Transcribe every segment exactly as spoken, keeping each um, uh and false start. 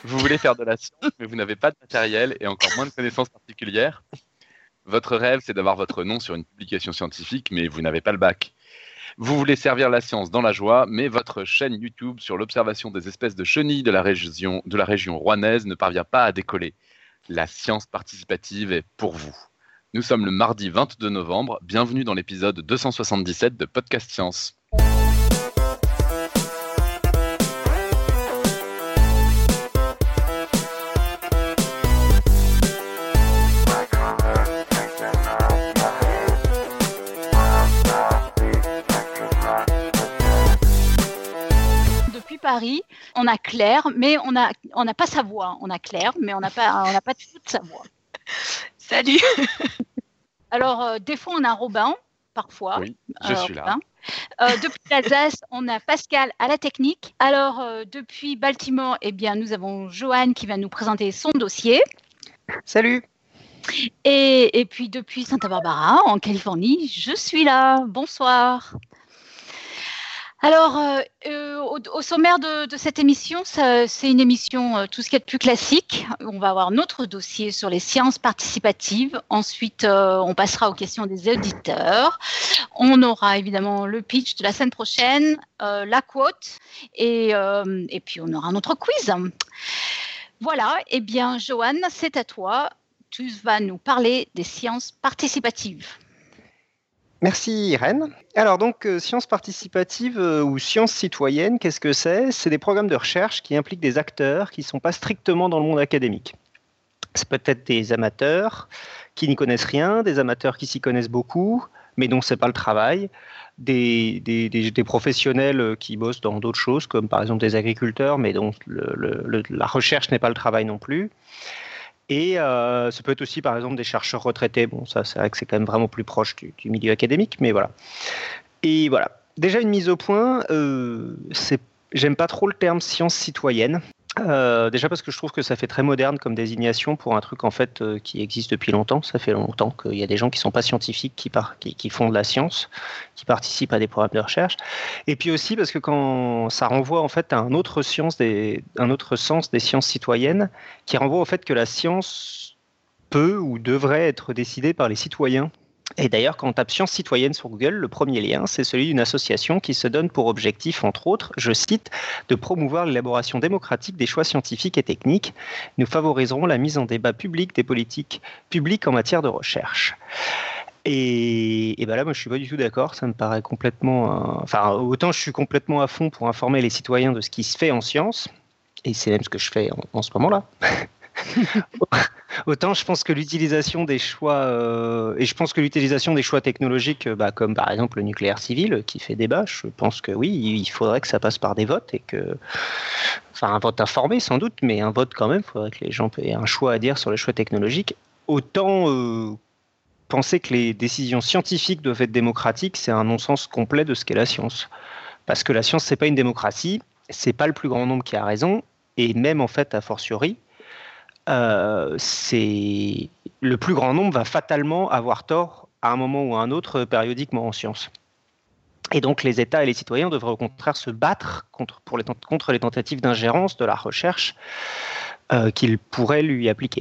Vous voulez faire de la science, mais vous n'avez pas de matériel et encore moins de connaissances particulières. Votre rêve, c'est d'avoir votre nom sur une publication scientifique, mais vous n'avez pas le bac. Vous voulez servir la science dans la joie, mais votre chaîne YouTube sur l'observation des espèces de chenilles de la région, de la région rouennaise ne parvient pas à décoller. La science participative est pour vous. Nous sommes le mardi vingt-deux novembre. Bienvenue dans l'épisode deux cent soixante-dix-sept de Podcast Science. Paris, on a Claire, mais on n'a on n'a pas sa voix. On a Claire, mais on n'a pas, on n'a pas toute sa voix. Salut. Alors, euh, des fois, on a Robin, parfois. Oui, je euh, suis là. Euh, depuis l'Alsace, on a Pascal à la technique. Alors, euh, depuis Baltimore, eh bien, nous avons Joanne qui va nous présenter son dossier. Salut. Et, et puis, depuis Santa Barbara, en Californie, je suis là. Bonsoir. Alors, euh, euh, au, au sommaire de, de cette émission, ça, c'est une émission euh, tout ce qu'il y a de plus classique. On va avoir notre dossier sur les sciences participatives. Ensuite, euh, on passera aux questions des auditeurs. On aura évidemment le pitch de la semaine prochaine, euh, la quote, et, euh, et puis on aura notre quiz. Voilà, eh bien, Joanne, c'est à toi. Tu vas nous parler des sciences participatives. Merci Irène. Alors donc, euh, sciences participatives euh, ou sciences citoyennes, qu'est-ce que c'est ? C'est des programmes de recherche qui impliquent des acteurs qui ne sont pas strictement dans le monde académique. Ça peut être des amateurs qui n'y connaissent rien, des amateurs qui s'y connaissent beaucoup, mais dont ce n'est pas le travail, des, des, des, des professionnels qui bossent dans d'autres choses, comme par exemple des agriculteurs, mais dont le, le, le, la recherche n'est pas le travail non plus. Et euh, ça peut être aussi, par exemple, des chercheurs retraités. Bon, ça, c'est vrai que c'est quand même vraiment plus proche du, du milieu académique, mais voilà. Et voilà. Déjà, une mise au point, euh, c'est, j'aime pas trop le terme science citoyenne. Euh, déjà parce que je trouve que ça fait très moderne comme désignation pour un truc en fait euh, qui existe depuis longtemps. Ça fait longtemps qu'il y a des gens qui ne sont pas scientifiques qui, par, qui, qui font de la science, qui participent à des programmes de recherche. Et puis aussi parce que quand ça renvoie en fait à un autre, science des, un autre sens des sciences citoyennes, qui renvoie au fait que la science peut ou devrait être décidée par les citoyens. Et d'ailleurs, quand on tape sciences citoyennes sur Google, le premier lien, c'est celui d'une association qui se donne pour objectif, entre autres, je cite, de promouvoir l'élaboration démocratique des choix scientifiques et techniques. Nous favoriserons la mise en débat public des politiques publiques en matière de recherche. Et, et ben là, moi, je suis pas du tout d'accord. Ça me paraît complètement. Euh, enfin, autant je suis complètement à fond pour informer les citoyens de ce qui se fait en science, et c'est même ce que je fais en, en ce moment-là. Autant je pense que l'utilisation des choix euh, et je pense que l'utilisation des choix technologiques, bah, comme par exemple le nucléaire civil qui fait débat, je pense que oui, il faudrait que ça passe par des votes et que, enfin un vote informé sans doute, mais un vote quand même, il faudrait que les gens aient un choix à dire sur les choix technologiques. Autant euh, penser que les décisions scientifiques doivent être démocratiques, c'est un non-sens complet de ce qu'est la science, parce que la science c'est pas une démocratie, c'est pas le plus grand nombre qui a raison, et même en fait a fortiori. Euh, c'est le plus grand nombre va fatalement avoir tort à un moment ou à un autre périodiquement en science. Et donc les États et les citoyens devraient au contraire se battre contre, pour les, contre les tentatives d'ingérence de la recherche euh, qu'ils pourraient lui appliquer.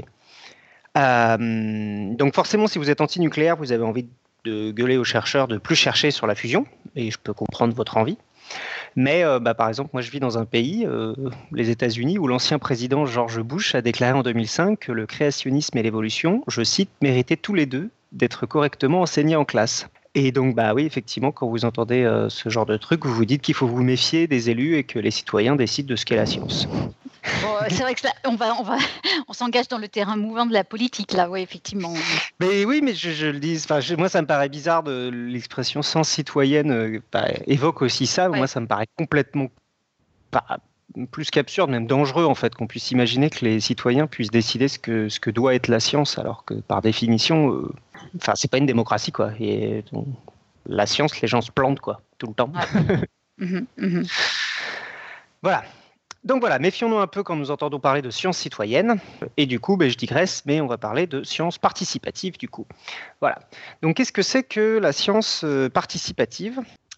Euh, donc forcément, si vous êtes anti-nucléaire, vous avez envie de gueuler aux chercheurs de ne plus chercher sur la fusion, et je peux comprendre votre envie. Mais euh, bah, par exemple, moi je vis dans un pays, euh, les États-Unis, où l'ancien président George Bush a déclaré en deux mille cinq que le créationnisme et l'évolution, je cite, méritaient tous les deux d'être correctement enseignés en classe. Et donc, bah oui, effectivement, quand vous entendez euh, ce genre de truc, vous vous dites qu'il faut vous méfier des élus et que les citoyens décident de ce qu'est la science. Bon, c'est vrai que ça, on va, on va, on s'engage dans le terrain mouvant de la politique là, oui, effectivement. Mais oui, mais je, je le dis. Enfin, je, moi, ça me paraît bizarre de l'expression science citoyenne euh, bah, évoque aussi ça. Ouais. Moi, ça me paraît complètement pas plus qu'absurde, même dangereux en fait, qu'on puisse imaginer que les citoyens puissent décider ce que ce que doit être la science, alors que par définition, euh, enfin, c'est pas une démocratie quoi. Et donc, la science, les gens se plantent quoi, tout le temps. Ouais. mmh, mmh. Voilà. Donc voilà, méfions-nous un peu quand nous entendons parler de sciences citoyennes. Et du coup, ben, je digresse, mais on va parler de sciences participatives du coup. Voilà. Donc qu'est-ce que c'est que la science participative ?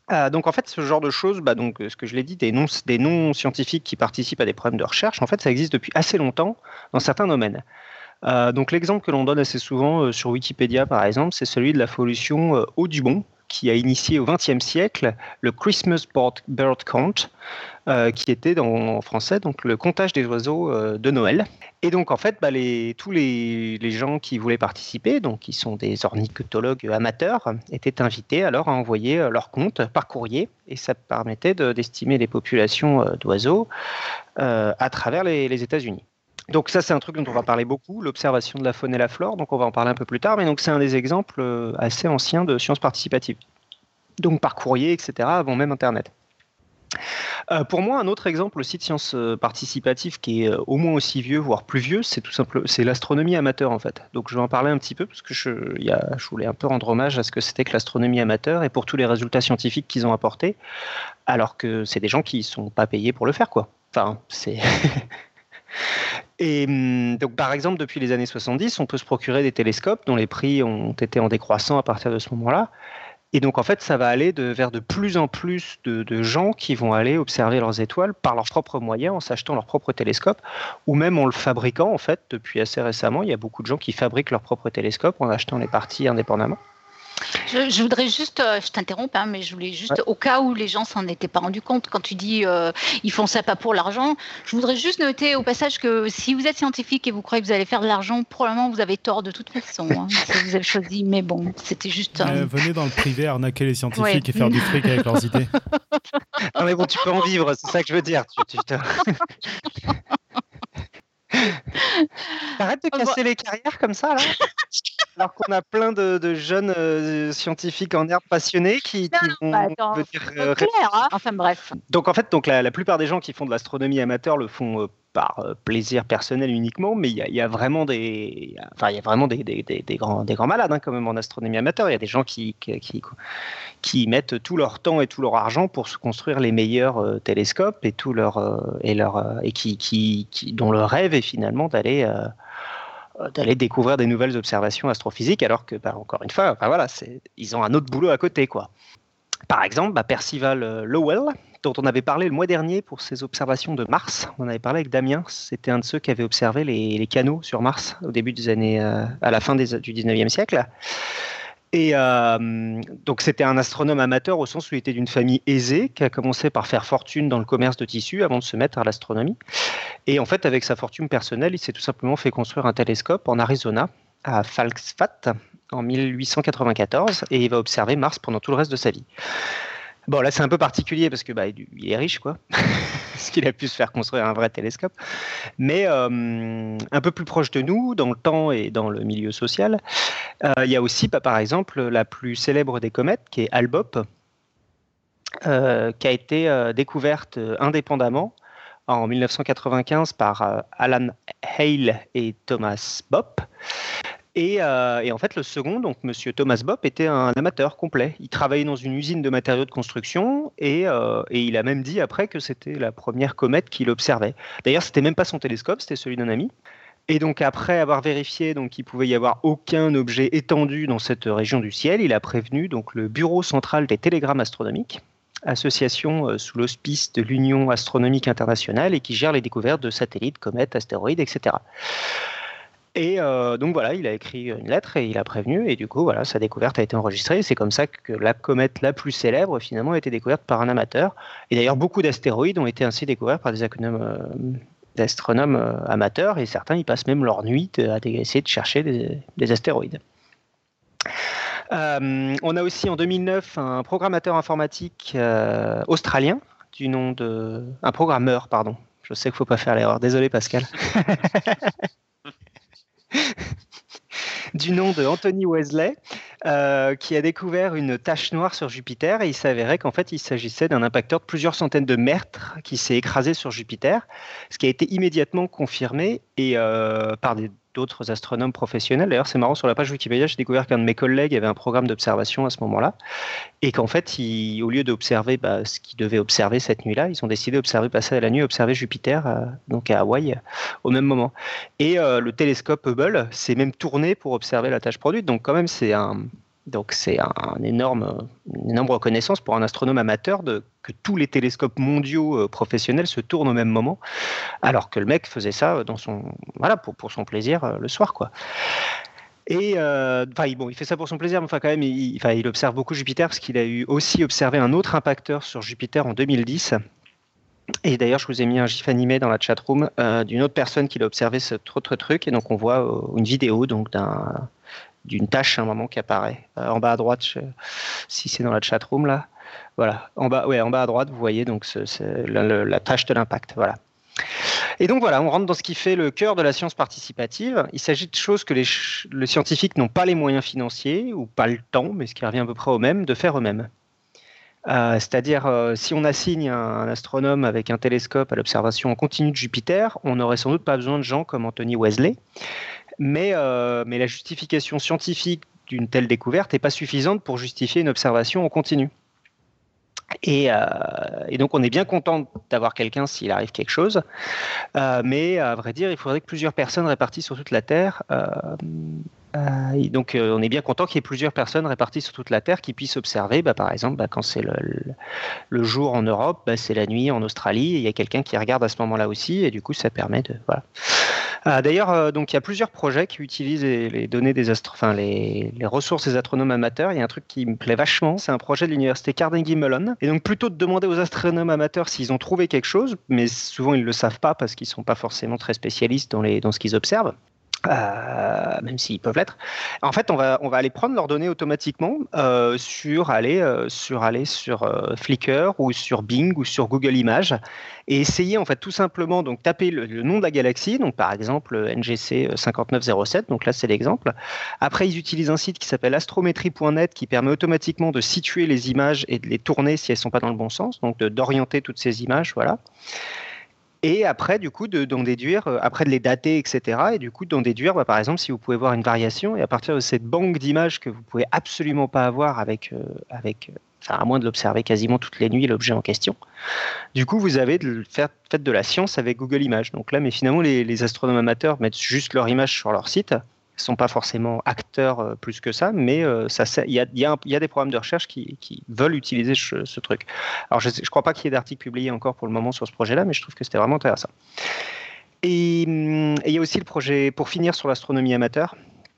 Euh, donc en fait, ce genre de choses, bah, donc, ce que je l'ai dit, des, non, des non-scientifiques qui participent à des problèmes de recherche, en fait, ça existe depuis assez longtemps dans certains domaines. Euh, donc l'exemple que l'on donne assez souvent euh, sur Wikipédia, par exemple, c'est celui de la solution euh, Audubon, qui a initié au vingtième siècle le Christmas Bird Count, euh, qui était dans, en français donc le comptage des oiseaux euh, de Noël. Et donc en fait, bah, les, tous les, les gens qui voulaient participer, donc qui sont des ornithologues amateurs, étaient invités alors à envoyer euh, leur compte par courrier, et ça permettait de, d'estimer les populations euh, d'oiseaux euh, à travers les, les États-Unis. Donc ça, c'est un truc dont on va parler beaucoup, l'observation de la faune et la flore, donc on va en parler un peu plus tard, mais donc c'est un des exemples assez anciens de sciences participatives. Donc par courrier, et cetera, avant même Internet. Euh, pour moi, un autre exemple aussi de sciences participatives qui est au moins aussi vieux, voire plus vieux, c'est tout simplement c'est l'astronomie amateur en fait. Donc je vais en parler un petit peu parce que je, y a, je voulais un peu rendre hommage à ce que c'était que l'astronomie amateur et pour tous les résultats scientifiques qu'ils ont apportés, alors que c'est des gens qui ne sont pas payés pour le faire, quoi. Enfin, c'est... Et donc, par exemple, depuis les années soixante-dix, on peut se procurer des télescopes dont les prix ont été en décroissant à partir de ce moment-là. Et donc, en fait, ça va aller de, vers de plus en plus de, de gens qui vont aller observer leurs étoiles par leurs propres moyens, en s'achetant leur propre télescope, ou même en le fabriquant, en fait, depuis assez récemment. Il y a beaucoup de gens qui fabriquent leur propre télescope en achetant les parties indépendamment. Je, je voudrais juste, euh, je t'interromps, hein, mais je voulais juste, ouais. Au cas où les gens s'en étaient pas rendus compte, quand tu dis euh, ils font ça pas pour l'argent, je voudrais juste noter au passage que si vous êtes scientifique et vous croyez que vous allez faire de l'argent, probablement vous avez tort de toute façon. Hein, si vous avez choisi, mais bon, c'était juste. Euh... Euh, venez dans le privé arnaquer les scientifiques ouais. et faire du fric avec leurs idées. Non mais bon, tu peux en vivre, c'est ça que je veux dire. Tu, tu te... Arrête de casser les carrières comme ça, là. Alors qu'on a plein de, de jeunes euh, scientifiques en herbe passionnés qui, qui vont bah attends, dire, euh, clair, hein enfin bref. Donc en fait, donc la, la plupart des gens qui font de l'astronomie amateur le font euh, par euh, plaisir personnel uniquement, mais il y, y a vraiment des, enfin il y a vraiment des, des, des, des grands, des grands malades hein, quand même en astronomie amateur. Il y a des gens qui, qui, qui, qui mettent tout leur temps et tout leur argent pour se construire les meilleurs euh, télescopes et tout leur euh, et leur euh, et qui, qui, qui dont le rêve est finalement d'aller euh, d'aller découvrir des nouvelles observations astrophysiques, alors que, bah, encore une fois, bah, voilà, c'est, ils ont un autre boulot à côté, quoi. Par exemple, bah, Percival Lowell, dont on avait parlé le mois dernier pour ses observations de Mars, on en avait parlé avec Damien, c'était un de ceux qui avait observé les, les canaux sur Mars au début des années, euh, à la fin des, du dix-neuvième siècle. Et euh, donc c'était un astronome amateur au sens où il était d'une famille aisée, qui a commencé par faire fortune dans le commerce de tissus avant de se mettre à l'astronomie. Et en fait, avec sa fortune personnelle, il s'est tout simplement fait construire un télescope en Arizona, à Falcefat, en mille huit cent quatre-vingt-quatorze, et il va observer Mars pendant tout le reste de sa vie. Bon, là, c'est un peu particulier parce que bah, il est riche, quoi, parce qu'il a pu se faire construire un vrai télescope. Mais euh, un peu plus proche de nous, dans le temps et dans le milieu social, euh, il y a aussi, bah, par exemple, la plus célèbre des comètes, qui est Hale-Bopp, euh, qui a été euh, découverte euh, indépendamment en mille neuf cent quatre-vingt-quinze par euh, Alan Hale et Thomas Bopp. Et, euh, et en fait, le second, donc Monsieur Thomas Bopp, était un amateur complet. Il travaillait dans une usine de matériaux de construction et, euh, et il a même dit après que c'était la première comète qu'il observait. D'ailleurs, c'était même pas son télescope, c'était celui d'un ami. Et donc, après avoir vérifié donc, qu'il ne pouvait y avoir aucun objet étendu dans cette région du ciel, il a prévenu donc, le Bureau central des télégrammes astronomiques, association euh, sous l'auspice de l'Union astronomique internationale et qui gère les découvertes de satellites, comètes, astéroïdes, et cetera. Et euh, donc voilà, il a écrit une lettre et il a prévenu, et du coup, voilà, sa découverte a été enregistrée. C'est comme ça que la comète la plus célèbre, finalement, a été découverte par un amateur. Et d'ailleurs, beaucoup d'astéroïdes ont été ainsi découverts par des astronomes, euh, des astronomes euh, amateurs, et certains, ils passent même leur nuit à essayer de chercher des, des astéroïdes. Euh, on a aussi en deux mille neuf un programmateur informatique euh, australien, du nom de... un programmeur, pardon. Je sais qu'il ne faut pas faire l'erreur. Désolé, Pascal. Du nom de Anthony Wesley, euh, qui a découvert une tache noire sur Jupiter, et il s'avérait qu'en fait il s'agissait d'un impacteur de plusieurs centaines de mètres qui s'est écrasé sur Jupiter, ce qui a été immédiatement confirmé et euh, par des, d'autres astronomes professionnels. D'ailleurs, c'est marrant, sur la page Wikipédia, j'ai découvert qu'un de mes collègues avait un programme d'observation à ce moment-là, et qu'en fait, il, au lieu d'observer bah, ce qu'ils devaient observer cette nuit-là, ils ont décidé d'observer, passer la nuit, observer Jupiter, euh, donc à Hawaï, au même moment. Et euh, le télescope Hubble s'est même tourné pour observer la tâche produite, donc quand même, c'est un... Donc c'est un, un énorme, une énorme reconnaissance pour un astronome amateur de, que tous les télescopes mondiaux euh, professionnels se tournent au même moment, alors que le mec faisait ça dans son, voilà, pour, pour son plaisir euh, le soir, quoi. Et euh, enfin, bon, il fait ça pour son plaisir, mais enfin, quand même, il, enfin, il observe beaucoup Jupiter parce qu'il a eu aussi observé un autre impacteur sur Jupiter en deux mille dix. Et d'ailleurs, je vous ai mis un gif animé dans la chatroom euh, d'une autre personne qui l'a observé cet autre truc. Et donc, on voit euh, une vidéo donc, d'un, d'une tâche à un moment qui apparaît euh, en bas à droite, je, si c'est dans la chatroom là. Voilà, en bas, ouais, en bas à droite, vous voyez donc ce, ce, la, la, la tâche de l'impact. Voilà. Et donc voilà, on rentre dans ce qui fait le cœur de la science participative. Il s'agit de choses que les, les scientifiques n'ont pas les moyens financiers ou pas le temps, mais ce qui revient à peu près au même, de faire eux-mêmes. Euh, c'est-à-dire, euh, si on assigne un, un astronome avec un télescope à l'observation en continu de Jupiter, on n'aurait sans doute pas besoin de gens comme Anthony Wesley, mais, euh, mais la justification scientifique d'une telle découverte n'est pas suffisante pour justifier une observation en continu. Et, euh, et donc on est bien content d'avoir quelqu'un s'il arrive quelque chose, euh, mais à vrai dire il faudrait que plusieurs personnes réparties sur toute la Terre, euh, euh, et donc euh, on est bien content qu'il y ait plusieurs personnes réparties sur toute la Terre qui puissent observer, bah, par exemple bah, quand c'est le, le, le jour en Europe, bah, c'est la nuit en Australie, et il y a quelqu'un qui regarde à ce moment-là aussi, et du coup ça permet de... Voilà. Euh, d'ailleurs, euh, donc il y a plusieurs projets qui utilisent les, les données des astro... enfin, les, les ressources des astronomes amateurs. Il y a un truc qui me plaît vachement, c'est un projet de l'université Carnegie Mellon. Et donc plutôt de demander aux astronomes amateurs s'ils ont trouvé quelque chose, mais souvent ils ne le savent pas parce qu'ils ne sont pas forcément très spécialistes dans, les, dans ce qu'ils observent. Euh, même s'ils peuvent l'être. En fait, on va, on va aller prendre leurs données automatiquement euh, sur aller, euh, sur, aller sur euh, Flickr ou sur Bing ou sur Google Images et essayer en fait tout simplement donc taper le, le nom de la galaxie, donc par exemple N G C cinquante-neuf zéro sept, donc là c'est l'exemple. Après, ils utilisent un site qui s'appelle astrométrie point net qui permet automatiquement de situer les images et de les tourner si elles ne sont pas dans le bon sens, donc de, d'orienter toutes ces images, voilà. Et après, du coup, de, d'en déduire, après de les dater, et cetera. Et du coup, d'en déduire, bah, par exemple, si vous pouvez voir une variation, et à partir de cette banque d'images que vous pouvez absolument pas avoir avec, euh, avec, enfin, à moins de l'observer quasiment toutes les nuits, l'objet en question. Du coup, vous avez de faire, faites de la science avec Google Images. Donc là, mais finalement, les, les astronomes amateurs mettent juste leur image sur leur site. Ils ne sont pas forcément acteurs euh, plus que ça, mais euh, ça, il y a, y, a y a des programmes de recherche qui, qui veulent utiliser ce, ce truc. Alors, je ne crois pas qu'il y ait d'articles publiés encore pour le moment sur ce projet-là, mais je trouve que c'était vraiment intéressant. Et il y a aussi le projet, pour finir sur l'astronomie amateur,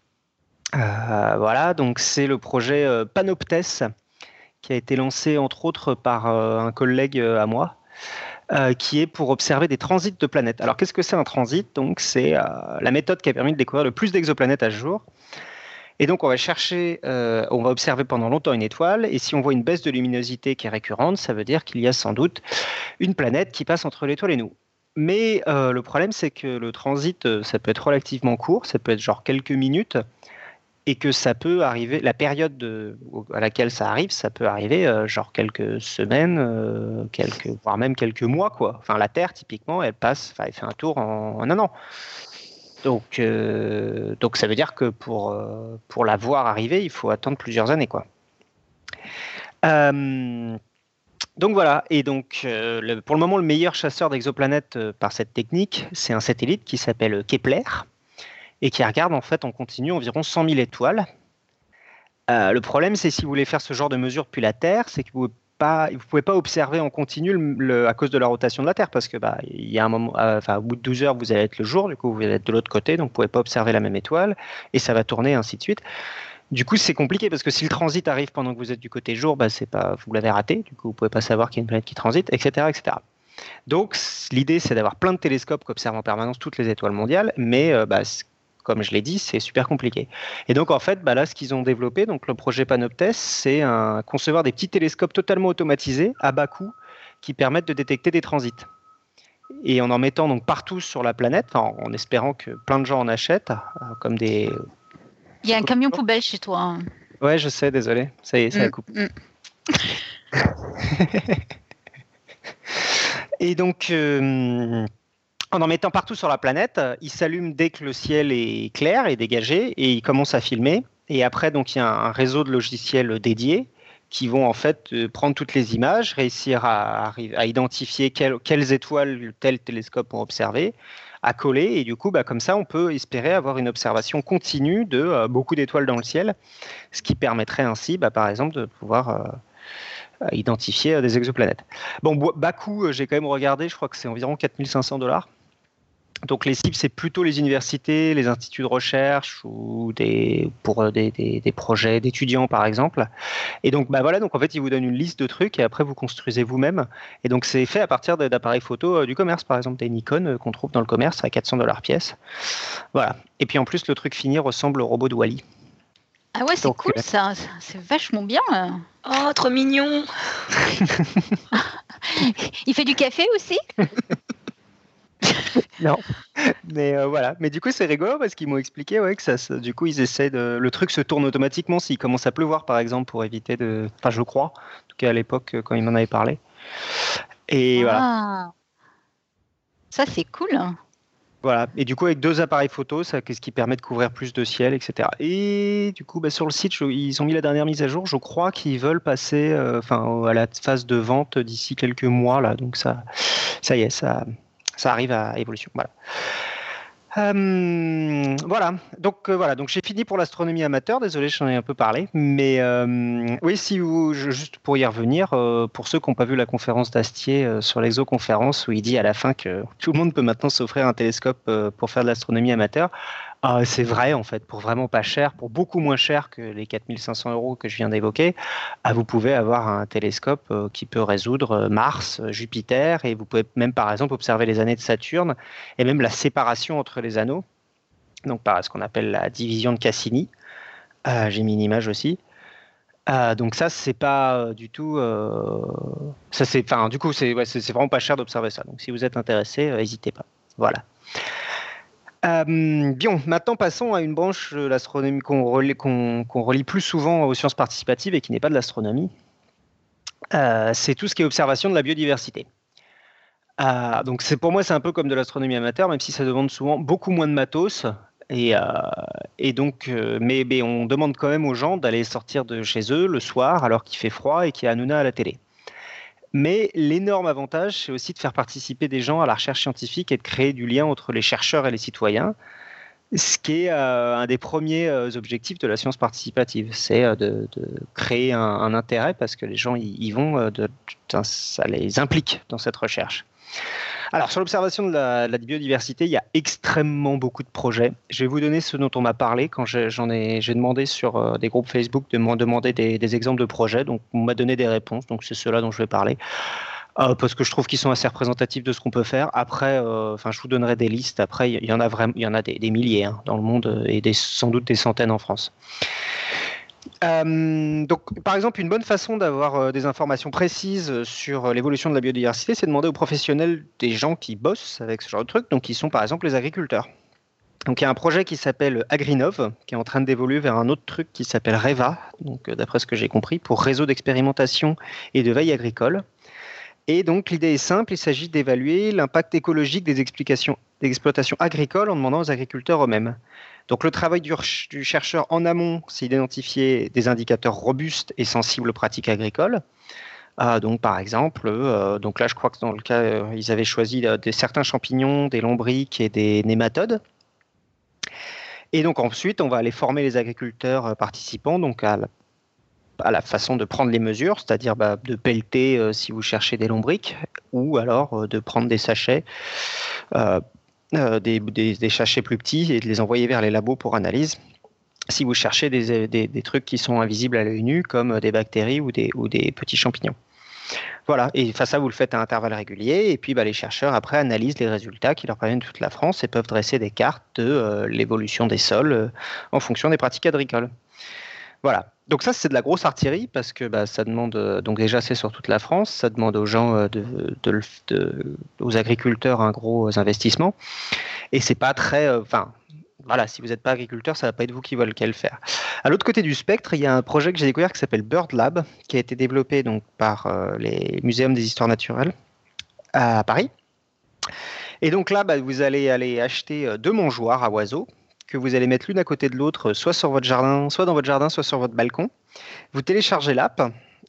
euh, voilà, donc c'est le projet euh, Panoptes, qui a été lancé entre autres par euh, un collègue euh, à moi, Euh, qui est pour observer des transits de planètes. Alors, qu'est-ce que c'est un transit ? Donc, c'est euh, la méthode qui a permis de découvrir le plus d'exoplanètes à ce jour. Et donc, on va chercher, euh, on va observer pendant longtemps une étoile, et si on voit une baisse de luminosité qui est récurrente, ça veut dire qu'il y a sans doute une planète qui passe entre l'étoile et nous. Mais euh, le problème, c'est que le transit, ça peut être relativement court, ça peut être genre quelques minutes, et que ça peut arriver, la période de, à laquelle ça arrive, ça peut arriver euh, genre quelques semaines, euh, quelques, voire même quelques mois, quoi. Enfin, la Terre, typiquement, elle passe, enfin, elle fait un tour en, en un an. Donc, euh, donc, ça veut dire que pour, euh, pour la voir arriver, il faut attendre plusieurs années, quoi. Euh, donc voilà, et donc euh, le, pour le moment, le meilleur chasseur d'exoplanètes euh, par cette technique, c'est un satellite qui s'appelle Kepler, et qui regarde en fait en continu environ cent mille étoiles. Euh, le problème, c'est si vous voulez faire ce genre de mesure depuis la Terre, c'est que vous ne pouvez pas observer en continu le, le, à cause de la rotation de la Terre, parce que bah, y a un moment, euh, enfin, au bout de douze heures, vous allez être le jour, du coup, vous allez être de l'autre côté, donc vous ne pouvez pas observer la même étoile, et ça va tourner, ainsi de suite. Du coup, c'est compliqué, parce que si le transit arrive pendant que vous êtes du côté jour, bah, c'est pas, vous l'avez raté, du coup, vous ne pouvez pas savoir qu'il y a une planète qui transite, et cetera, et cetera. Donc, l'idée, c'est d'avoir plein de télescopes qui observent en permanence toutes les étoiles mondiales, mais euh, bah, comme je l'ai dit, c'est super compliqué. Et donc, en fait, bah là, ce qu'ils ont développé, donc le projet Panoptes, c'est un, concevoir des petits télescopes totalement automatisés, à bas coût, qui permettent de détecter des transits. Et en en mettant donc partout sur la planète, en, en espérant que plein de gens en achètent, euh, comme des... Il y a un camion poubelle chez toi. Hein. Ouais, je sais, désolé. Ça y est, ça mmh, a coupé. Mmh. Et donc... Euh, En en mettant partout sur la planète, il s'allume dès que le ciel est clair et dégagé et il commence à filmer. Et après, donc, il y a un réseau de logiciels dédiés qui vont en fait euh, prendre toutes les images, réussir à, à, à identifier quel, quelles étoiles tel télescope ont observé, à coller, et du coup, bah, comme ça, on peut espérer avoir une observation continue de euh, beaucoup d'étoiles dans le ciel, ce qui permettrait ainsi, bah, par exemple, de pouvoir euh, identifier euh, des exoplanètes. Bon, bas coût, euh, j'ai quand même regardé, je crois que c'est environ quatre mille cinq cents dollars. Donc les cibles, c'est plutôt les universités, les instituts de recherche ou des, pour des, des, des projets d'étudiants, par exemple. Et donc, bah voilà, donc en fait, ils vous donnent une liste de trucs et après, vous construisez vous-même. Et donc, c'est fait à partir d'appareils photo euh, du commerce, par exemple, des Nikon euh, qu'on trouve dans le commerce à quatre cents dollars pièce. Voilà. Et puis en plus, le truc fini ressemble au robot de Wall-E. Ah ouais, c'est Donc, cool euh, ça, c'est vachement bien. Oh, trop mignon. Il fait du café aussi? Non, mais euh, voilà. Mais du coup, c'est rigolo parce qu'ils m'ont expliqué, ouais, que ça, ça- du coup, ils essaient de. Le truc se tourne automatiquement s'il commence à pleuvoir, par exemple, pour éviter de. Enfin, je crois, en tout cas à l'époque euh, quand ils m'en avaient parlé. Et voilà, Ah, ça c'est cool. voilà. Et du coup, avec deux appareils photo, ça, qu'est-ce qui permet de couvrir plus de ciel, et cetera. Et du coup, bah, sur le site, je- ils ont mis la dernière mise à jour. Je crois qu'ils veulent passer, euh, enfin, à la phase de vente d'ici quelques mois là. Donc ça, ça y est, ça, ça arrive à évolution. Voilà. Euh, voilà, donc euh, voilà, donc j'ai fini pour l'astronomie amateur. Désolé, j'en ai un peu parlé, mais euh, oui, si vous, je- juste pour y revenir, euh, pour ceux qui n'ont pas vu la conférence d'Astier euh, sur l'exoconférence où il dit à la fin que tout le monde peut maintenant s'offrir un télescope euh, pour faire de l'astronomie amateur, ah, c'est vrai en fait, pour vraiment pas cher, pour beaucoup moins cher que les quatre mille cinq cents euros que je viens d'évoquer, ah, vous pouvez avoir un télescope euh, qui peut résoudre euh, Mars, euh, Jupiter, et vous pouvez même par exemple observer les années de Saturne et même la séparation entre les anneaux, donc par ce qu'on appelle la division de Cassini. Euh, j'ai mis une image aussi. Euh, donc ça, c'est pas euh, du tout. Euh, ça c'est, enfin, du coup, c'est ouais, c'est c'est vraiment pas cher d'observer ça. Donc si vous êtes intéressé, euh, n'hésitez pas. Voilà. Euh, bien, maintenant passons à une branche de l'astronomie qu'on relie, qu'on, qu'on relie plus souvent aux sciences participatives et qui n'est pas de l'astronomie. Euh, c'est tout ce qui est observation de la biodiversité. Euh, donc c'est pour moi c'est un peu comme de l'astronomie amateur, même si ça demande souvent beaucoup moins de matos. Et, euh, et donc, euh, mais, mais on demande quand même aux gens d'aller sortir de chez eux le soir alors qu'il fait froid et qu'il y a Hanouna à la télé. Mais l'énorme avantage, c'est aussi de faire participer des gens à la recherche scientifique et de créer du lien entre les chercheurs et les citoyens, ce qui est euh, un des premiers euh, objectifs de la science participative, c'est euh, de, de créer un, un intérêt parce que les gens y, y vont, euh, de, de- ça les implique dans cette recherche. Alors, sur l'observation de la, de la biodiversité, il y a extrêmement beaucoup de projets. Je vais vous donner ce dont on m'a parlé quand j'ai, j'en ai, j'ai demandé sur euh, des groupes Facebook de m'en demander des, des exemples de projets. Donc, on m'a donné des réponses. Donc, c'est ceux-là dont je vais parler. Euh, parce que je trouve qu'ils sont assez représentatifs de ce qu'on peut faire. Après, euh, enfin, je vous donnerai des listes. Après, il y en a vraiment, il y en a des, des milliers hein, dans le monde euh, et des, sans doute des centaines en France. Euh, donc, par exemple, une bonne façon d'avoir euh, des informations précises sur euh, l'évolution de la biodiversité, c'est de demander aux professionnels des gens qui bossent avec ce genre de trucs, donc qui sont par exemple les agriculteurs. Donc, il y a un projet qui s'appelle Agrinov, qui est en train d'évoluer vers un autre truc qui s'appelle REVA, donc euh, d'après ce que j'ai compris, pour réseau d'expérimentation et de veille agricole. Et donc, l'idée est simple, il s'agit d'évaluer l'impact écologique des, explications, des exploitations agricoles en demandant aux agriculteurs eux-mêmes. Donc, le travail du, du chercheur en amont, c'est d'identifier des indicateurs robustes et sensibles aux pratiques agricoles. Euh, donc, par exemple, euh, donc là, je crois que dans le cas, euh, ils avaient choisi euh, des, certains champignons, des lombriques et des nématodes. Et donc, ensuite, on va aller former les agriculteurs euh, participants donc à la à la façon de prendre les mesures, c'est-à-dire bah, de pelleter euh, si vous cherchez des lombriques, ou alors euh, de prendre des sachets, euh, euh, des, des, des sachets plus petits et de les envoyer vers les labos pour analyse. Si vous cherchez des, des, des trucs qui sont invisibles à l'œil nu, comme des bactéries ou des, ou des petits champignons. Voilà, et enfin, ça vous le faites à intervalles réguliers, et puis bah, les chercheurs après analysent les résultats qui leur proviennent de toute la France et peuvent dresser des cartes de euh, l'évolution des sols euh, en fonction des pratiques agricoles. Voilà. Donc ça, c'est de la grosse artillerie parce que bah, ça demande, euh, donc déjà c'est sur toute la France, ça demande aux gens, euh, de, de, de, aux agriculteurs un gros investissement. Et c'est pas très, enfin, euh, voilà, si vous n'êtes pas agriculteur, ça va pas être vous qui va le faire. À l'autre côté du spectre, il y a un projet que j'ai découvert qui s'appelle Bird Lab, qui a été développé donc par euh, les Muséums des Histoires Naturelles à Paris. Et donc là, bah, vous allez aller acheter deux mangeoires à oiseaux que vous allez mettre l'une à côté de l'autre, soit sur votre jardin, soit dans votre jardin, soit sur votre balcon. Vous téléchargez l'app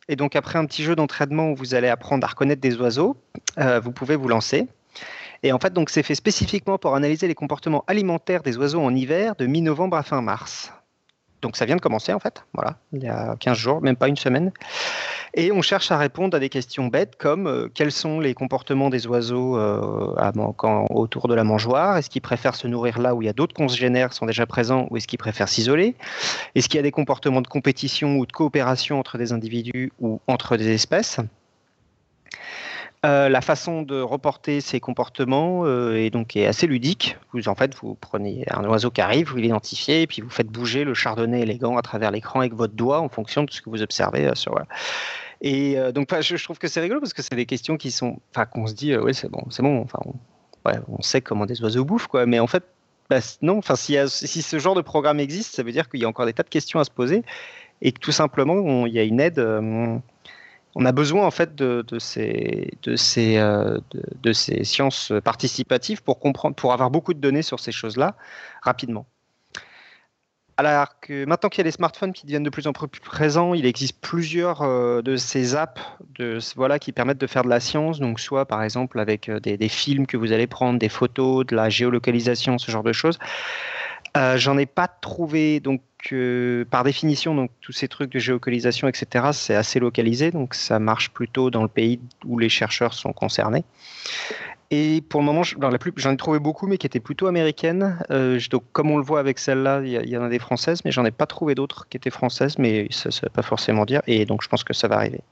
Et donc, après un petit jeu d'entraînement où vous allez apprendre à reconnaître des oiseaux, euh, vous pouvez vous lancer. Et en fait, donc, c'est fait spécifiquement pour analyser les comportements alimentaires des oiseaux en hiver de mi-novembre à fin mars. Donc, ça vient de commencer, en fait, voilà, il y a quinze jours, même pas une semaine. Et on cherche à répondre à des questions bêtes comme euh, quels sont les comportements des oiseaux euh, à, quand, autour de la mangeoire? Est-ce qu'ils préfèrent se nourrir là où il y a d'autres congénères qui sont déjà présents ou est-ce qu'ils préfèrent s'isoler? Est-ce qu'il y a des comportements de compétition ou de coopération entre des individus ou entre des espèces? Euh, la façon de reporter ces comportements euh, est donc est assez ludique. Vous, en fait, vous prenez un oiseau qui arrive, vous l'identifiez, et puis vous faites bouger le chardonnay élégant à travers l'écran avec votre doigt en fonction de ce que vous observez. Euh, sur, voilà. Et euh, donc, je, je trouve que c'est rigolo parce que c'est des questions qui sont, enfin, qu'on se dit, euh, oui, c'est bon, c'est bon. Enfin, on, ouais, on sait comment des oiseaux bouffent, quoi. Mais en fait, bah, non. Enfin, si, si ce genre de programme existe, ça veut dire qu'il y a encore des tas de questions à se poser et que tout simplement, on, il y a une aide. Euh, On a besoin en fait de, de, ces, de, ces, euh, de, de ces sciences participatives pour comprendre, pour avoir beaucoup de données sur ces choses-là rapidement. Alors que maintenant qu'il y a les smartphones qui deviennent de plus en plus présents, il existe plusieurs euh, de ces apps de, voilà, qui permettent de faire de la science. Donc soit par exemple avec des, des films que vous allez prendre, des photos, de la géolocalisation, ce genre de choses. Euh, j'en ai pas trouvé, donc euh, par définition, donc tous ces trucs de géolocalisation, et cetera, c'est assez localisé, donc ça marche plutôt dans le pays où les chercheurs sont concernés. Et pour le moment, dans la plus, j'en ai trouvé beaucoup, mais qui étaient plutôt américaines. Euh, donc, comme on le voit avec celle-là, il y, y en a des françaises, mais j'en ai pas trouvé d'autres qui étaient françaises, mais ça ne veut pas forcément dire. Et donc, je pense que ça va arriver.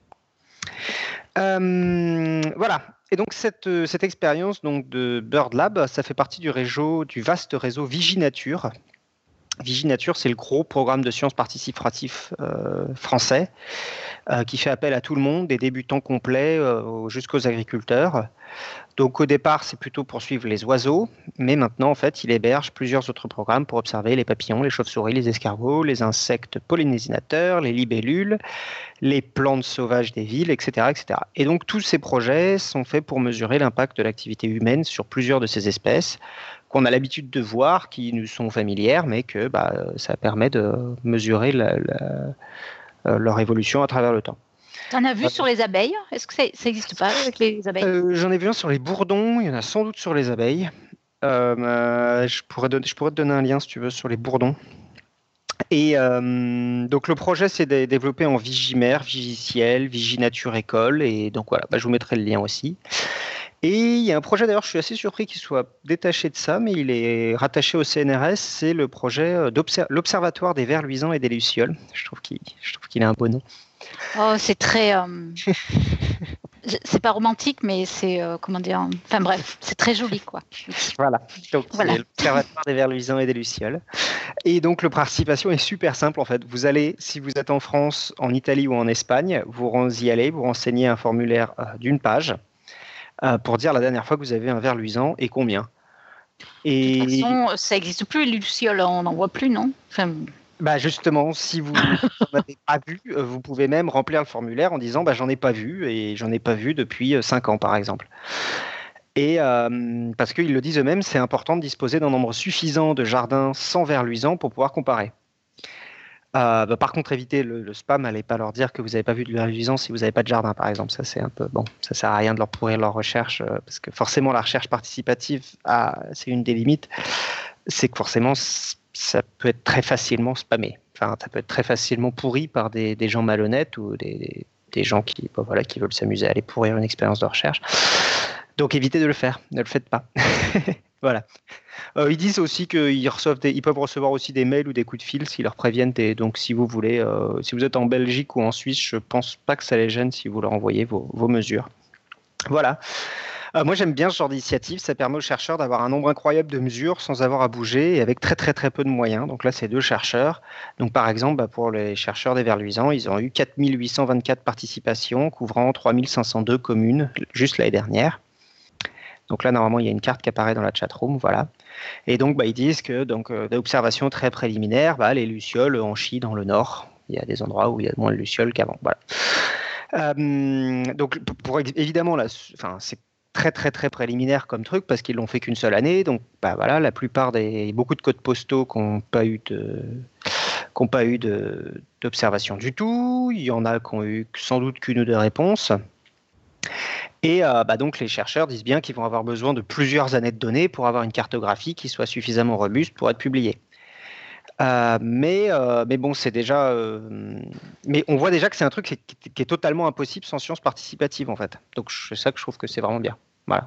Euh, voilà. Et donc cette, cette expérience donc, de Bird Lab, ça fait partie du, réseau, du vaste réseau Viginature. Viginature, c'est le gros programme de sciences participatives euh, français euh, qui fait appel à tout le monde, des débutants complets euh, jusqu'aux agriculteurs. Donc au départ, c'est plutôt pour suivre les oiseaux, mais maintenant, en fait, il héberge plusieurs autres programmes pour observer les papillons, les chauves-souris, les escargots, les insectes pollinisateurs, les libellules, les plantes sauvages des villes, et cetera, et cetera. Et donc tous ces projets sont faits pour mesurer l'impact de l'activité humaine sur plusieurs de ces espèces qu'on a l'habitude de voir, qui nous sont familières, mais que bah, ça permet de mesurer la, la, leur évolution à travers le temps. Tu en as vu euh, sur les abeilles? Est-ce que ça n'existe pas avec les abeilles? euh, J'en ai vu un sur les bourdons, il y en a sans doute sur les abeilles. Euh, euh, je, pourrais donner, je pourrais te donner un lien si tu veux sur les bourdons. Et euh, donc le projet c'est de développer en Vigimère, Vigiciel, Viginature École, et donc voilà, bah, je vous mettrai le lien aussi. Et il y a un projet, d'ailleurs, je suis assez surpris qu'il soit détaché de ça, mais il est rattaché au C N R S, c'est le projet d'observ- l'Observatoire des vers luisants et des lucioles. Je trouve qu'il, je trouve qu'il a un beau nom. Oh, c'est très... Euh... c'est pas romantique, mais c'est, euh, comment dire... Enfin bref, c'est très joli, quoi. Voilà, donc voilà. C'est l'Observatoire des vers luisants et des lucioles. Et donc, le participation est super simple, en fait. Vous allez, si vous êtes en France, en Italie ou en Espagne, vous y allez, vous renseignez un formulaire euh, d'une page, pour dire la dernière fois que vous avez un ver luisant et combien. Et... De toute façon, ça n'existe plus, les lucioles, on n'en voit plus, non? Enfin... bah justement, si vous n'en avez pas vu, vous pouvez même remplir le formulaire en disant bah, « j'en ai pas vu et j'en ai pas vu depuis cinq ans » par exemple. Et euh, parce qu'ils le disent eux-mêmes, c'est important de disposer d'un nombre suffisant de jardins sans vers luisants pour pouvoir comparer. Euh, bah, par contre, évitez le, le spam, n'allez pas leur dire que vous n'avez pas vu de vers luisant si vous n'avez pas de jardin, par exemple. Ça, c'est un peu bon. Ça sert à rien de leur pourrir leur recherche, euh, parce que forcément, la recherche participative, a, c'est une des limites. C'est que forcément, ça peut être très facilement spammé. Enfin, ça peut être très facilement pourri par des, des gens malhonnêtes ou des, des gens qui, bah, voilà, qui veulent s'amuser à aller pourrir une expérience de recherche. Donc, évitez de le faire. Ne le faites pas. Voilà. Euh, ils disent aussi qu'ils reçoivent des, ils peuvent recevoir aussi des mails ou des coups de fil s'ils leur préviennent. Des, donc, si vous voulez, euh, si vous êtes en Belgique ou en Suisse, je pense pas que ça les gêne si vous leur envoyez vos, vos mesures. Voilà. Euh, moi, j'aime bien ce genre d'initiative. Ça permet aux chercheurs d'avoir un nombre incroyable de mesures sans avoir à bouger et avec très très très peu de moyens. Donc là, c'est deux chercheurs. Donc, par exemple, bah, pour les chercheurs des vers luisants, ils ont eu quatre mille huit cent vingt-quatre participations couvrant trois mille cinq cent deux communes juste l'année dernière. Donc là, normalement, il y a une carte qui apparaît dans la chatroom, voilà. Et donc, bah, ils disent que, donc, euh, d'observation très préliminaire, bah, les lucioles en chient dans le nord. Il y a des endroits où il y a moins de lucioles qu'avant, voilà. Euh, donc, pour, évidemment, là, enfin, c'est très, très, très préliminaire comme truc parce qu'ils l'ont fait qu'une seule année. Donc, bah, voilà, la plupart des, beaucoup de codes postaux qui n'ont pas eu de, qui n'ont pas eu de, d'observation du tout. Il y en a qui ont eu sans doute qu'une ou deux réponses. Et euh, bah donc les chercheurs disent bien qu'ils vont avoir besoin de plusieurs années de données pour avoir une cartographie qui soit suffisamment robuste pour être publiée. Euh, mais, euh, mais bon, c'est déjà. Euh, mais on voit déjà que c'est un truc qui est, qui est totalement impossible sans science participative en fait. Donc c'est ça que je trouve que c'est vraiment bien. Voilà.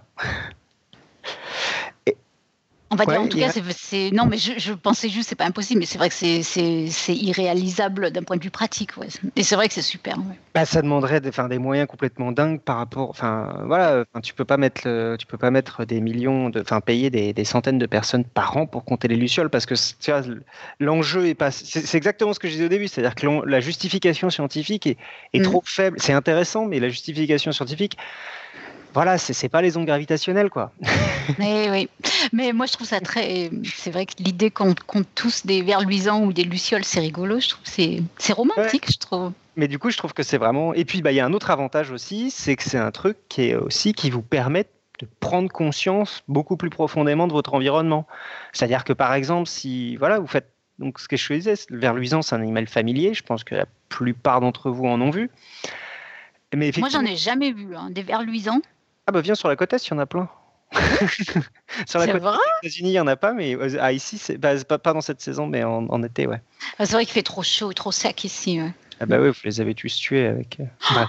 On va Ouais, dire, en tout il cas, reste- c'est, c'est- non, mais je, je pensais juste, c'est pas impossible, mais c'est vrai que c'est, c'est, c'est irréalisable d'un point de vue pratique, ouais. Et c'est vrai que c'est super, ouais. Bah, ça demanderait des, enfin, des moyens complètement dingues par rapport. Enfin, voilà, enfin, tu peux pas mettre, le- tu peux pas mettre des millions, de, enfin, payer des, des centaines de personnes par an pour compter les lucioles, parce que tu vois, l'enjeu est pas. C'est, c'est exactement ce que je disais au début, c'est-à-dire que l'en- la justification scientifique est, est Mm. trop faible. C'est intéressant, mais la justification scientifique, voilà, c'est, c'est pas les ondes gravitationnelles, quoi. Mais oui, mais moi je trouve ça très. C'est vrai que l'idée qu'on compte tous des vers luisants ou des lucioles, c'est rigolo. Je trouve que c'est c'est romantique, je trouve. Mais du coup, je trouve que c'est vraiment. Et puis, bah, il y a un autre avantage aussi, c'est que c'est un truc qui est aussi qui vous permet de prendre conscience beaucoup plus profondément de votre environnement. C'est-à-dire que par exemple, si voilà, vous faites donc ce que je disais, le ver luisant, c'est un animal familier. Je pense que la plupart d'entre vous en ont vu. Mais Moi effectivement, j'en ai jamais vu, hein, des vers luisants. ah bah viens sur la côte est, il y en a plein. Sur la C'est côte vrai. des États-Unis, il y en a pas, mais euh, ah, ici, c'est bah, c'est pas, pas dans cette saison, mais en, en été, ouais. Ah, c'est vrai qu'il fait trop chaud et trop sec ici. Ouais. Ah bah oui, vous les avez tous tués avec. euh, bref.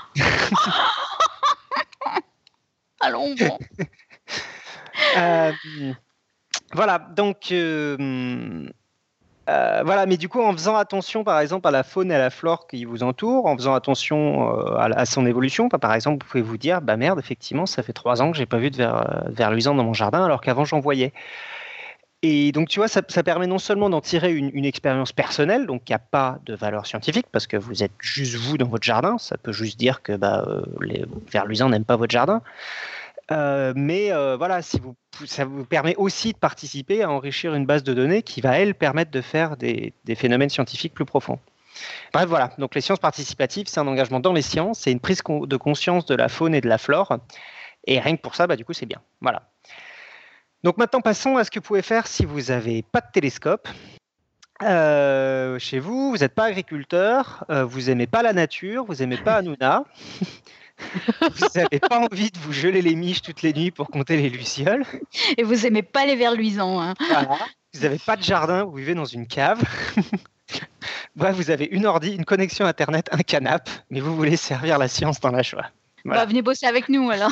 Allons, bon. Euh, voilà, donc euh, euh, voilà, mais du coup, en faisant attention, par exemple, à la faune et à la flore qui vous entoure, en faisant attention euh, à, à son évolution, bah, par exemple, vous pouvez vous dire, bah merde, effectivement, ça fait trois ans que j'ai pas vu de ver, euh, ver luisant dans mon jardin, alors qu'avant j'en voyais. Et donc, tu vois, ça, ça permet non seulement d'en tirer une, une expérience personnelle, donc il n'y a pas de valeur scientifique, parce que vous êtes juste vous dans votre jardin, ça peut juste dire que bah, euh, les vers luisants n'aiment pas votre jardin. Euh, mais euh, voilà, si vous, ça vous permet aussi de participer à enrichir une base de données qui va, elle, permettre de faire des, des phénomènes scientifiques plus profonds. Bref, voilà. Donc, les sciences participatives, c'est un engagement dans les sciences, c'est une prise de conscience de la faune et de la flore. Et rien que pour ça, bah, du coup, c'est bien. Voilà. Donc, maintenant, passons à ce que vous pouvez faire si vous n'avez pas de télescope. Euh, chez vous, vous n'êtes pas agriculteur, euh, vous n'aimez pas la nature, vous n'aimez pas Hanouna. Vous n'avez pas envie de vous geler les miches toutes les nuits pour compter les lucioles. Et vous aimez pas les vers luisants, hein. Voilà. Vous n'avez pas de jardin, vous vivez dans une cave. Bref, vous avez une ordi, une connexion Internet, un canapé, mais vous voulez servir la science dans la joie. Voilà. Bah, venez bosser avec nous alors.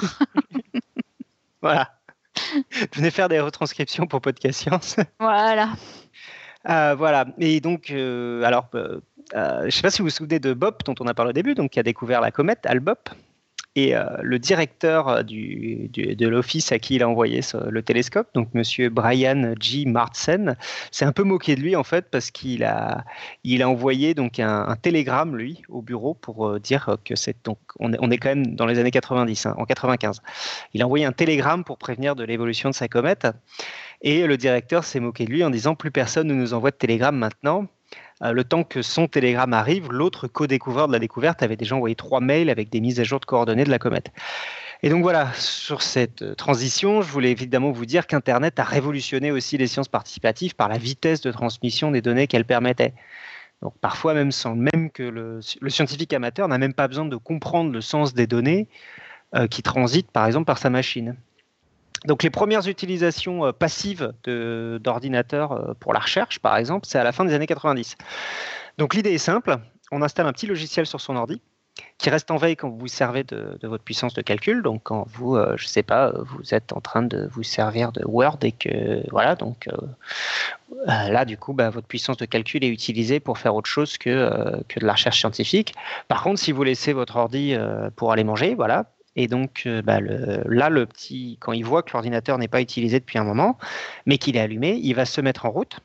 Voilà. Venez faire des retranscriptions pour Podcast Science. Voilà. Euh, voilà. Et donc, euh, alors, euh, euh, je ne sais pas si vous vous souvenez de Bob, dont on a parlé au début, donc qui a découvert la comète, Al Bob. Et euh, le directeur du, du, de l'office à qui il a envoyé ce, le télescope, donc Monsieur Brian G. Martsen, s'est un peu moqué de lui en fait parce qu'il a, il a envoyé donc un, un télégramme lui au bureau pour euh, dire que c'est donc on est, on est quand même dans les années quatre-vingt-dix, hein, en quatre-vingt-quinze. Il a envoyé un télégramme pour prévenir de l'évolution de sa comète et le directeur s'est moqué de lui en disant plus personne ne nous envoie de télégramme maintenant. Le temps que son télégramme arrive, l'autre co-découvreur de la découverte avait déjà envoyé trois mails avec des mises à jour de coordonnées de la comète. Et donc voilà, sur cette transition, je voulais évidemment vous dire qu'Internet a révolutionné aussi les sciences participatives par la vitesse de transmission des données qu'elle permettait. Donc parfois même sans même que le, le scientifique amateur n'a même pas besoin de comprendre le sens des données euh, qui transitent par exemple par sa machine. Donc les premières utilisations euh, passives de, d'ordinateurs euh, pour la recherche, par exemple, c'est à la fin des années quatre-vingt-dix. Donc l'idée est simple, on installe un petit logiciel sur son ordi qui reste en veille quand vous vous servez de, de votre puissance de calcul. Donc quand vous, euh, je sais pas, vous êtes en train de vous servir de Word et que voilà, donc euh, là du coup, bah, votre puissance de calcul est utilisée pour faire autre chose que euh, que de la recherche scientifique. Par contre, si vous laissez votre ordi euh, pour aller manger, voilà. Et donc, euh, bah, le, là, le petit, quand il voit que l'ordinateur n'est pas utilisé depuis un moment, mais qu'il est allumé, il va se mettre en route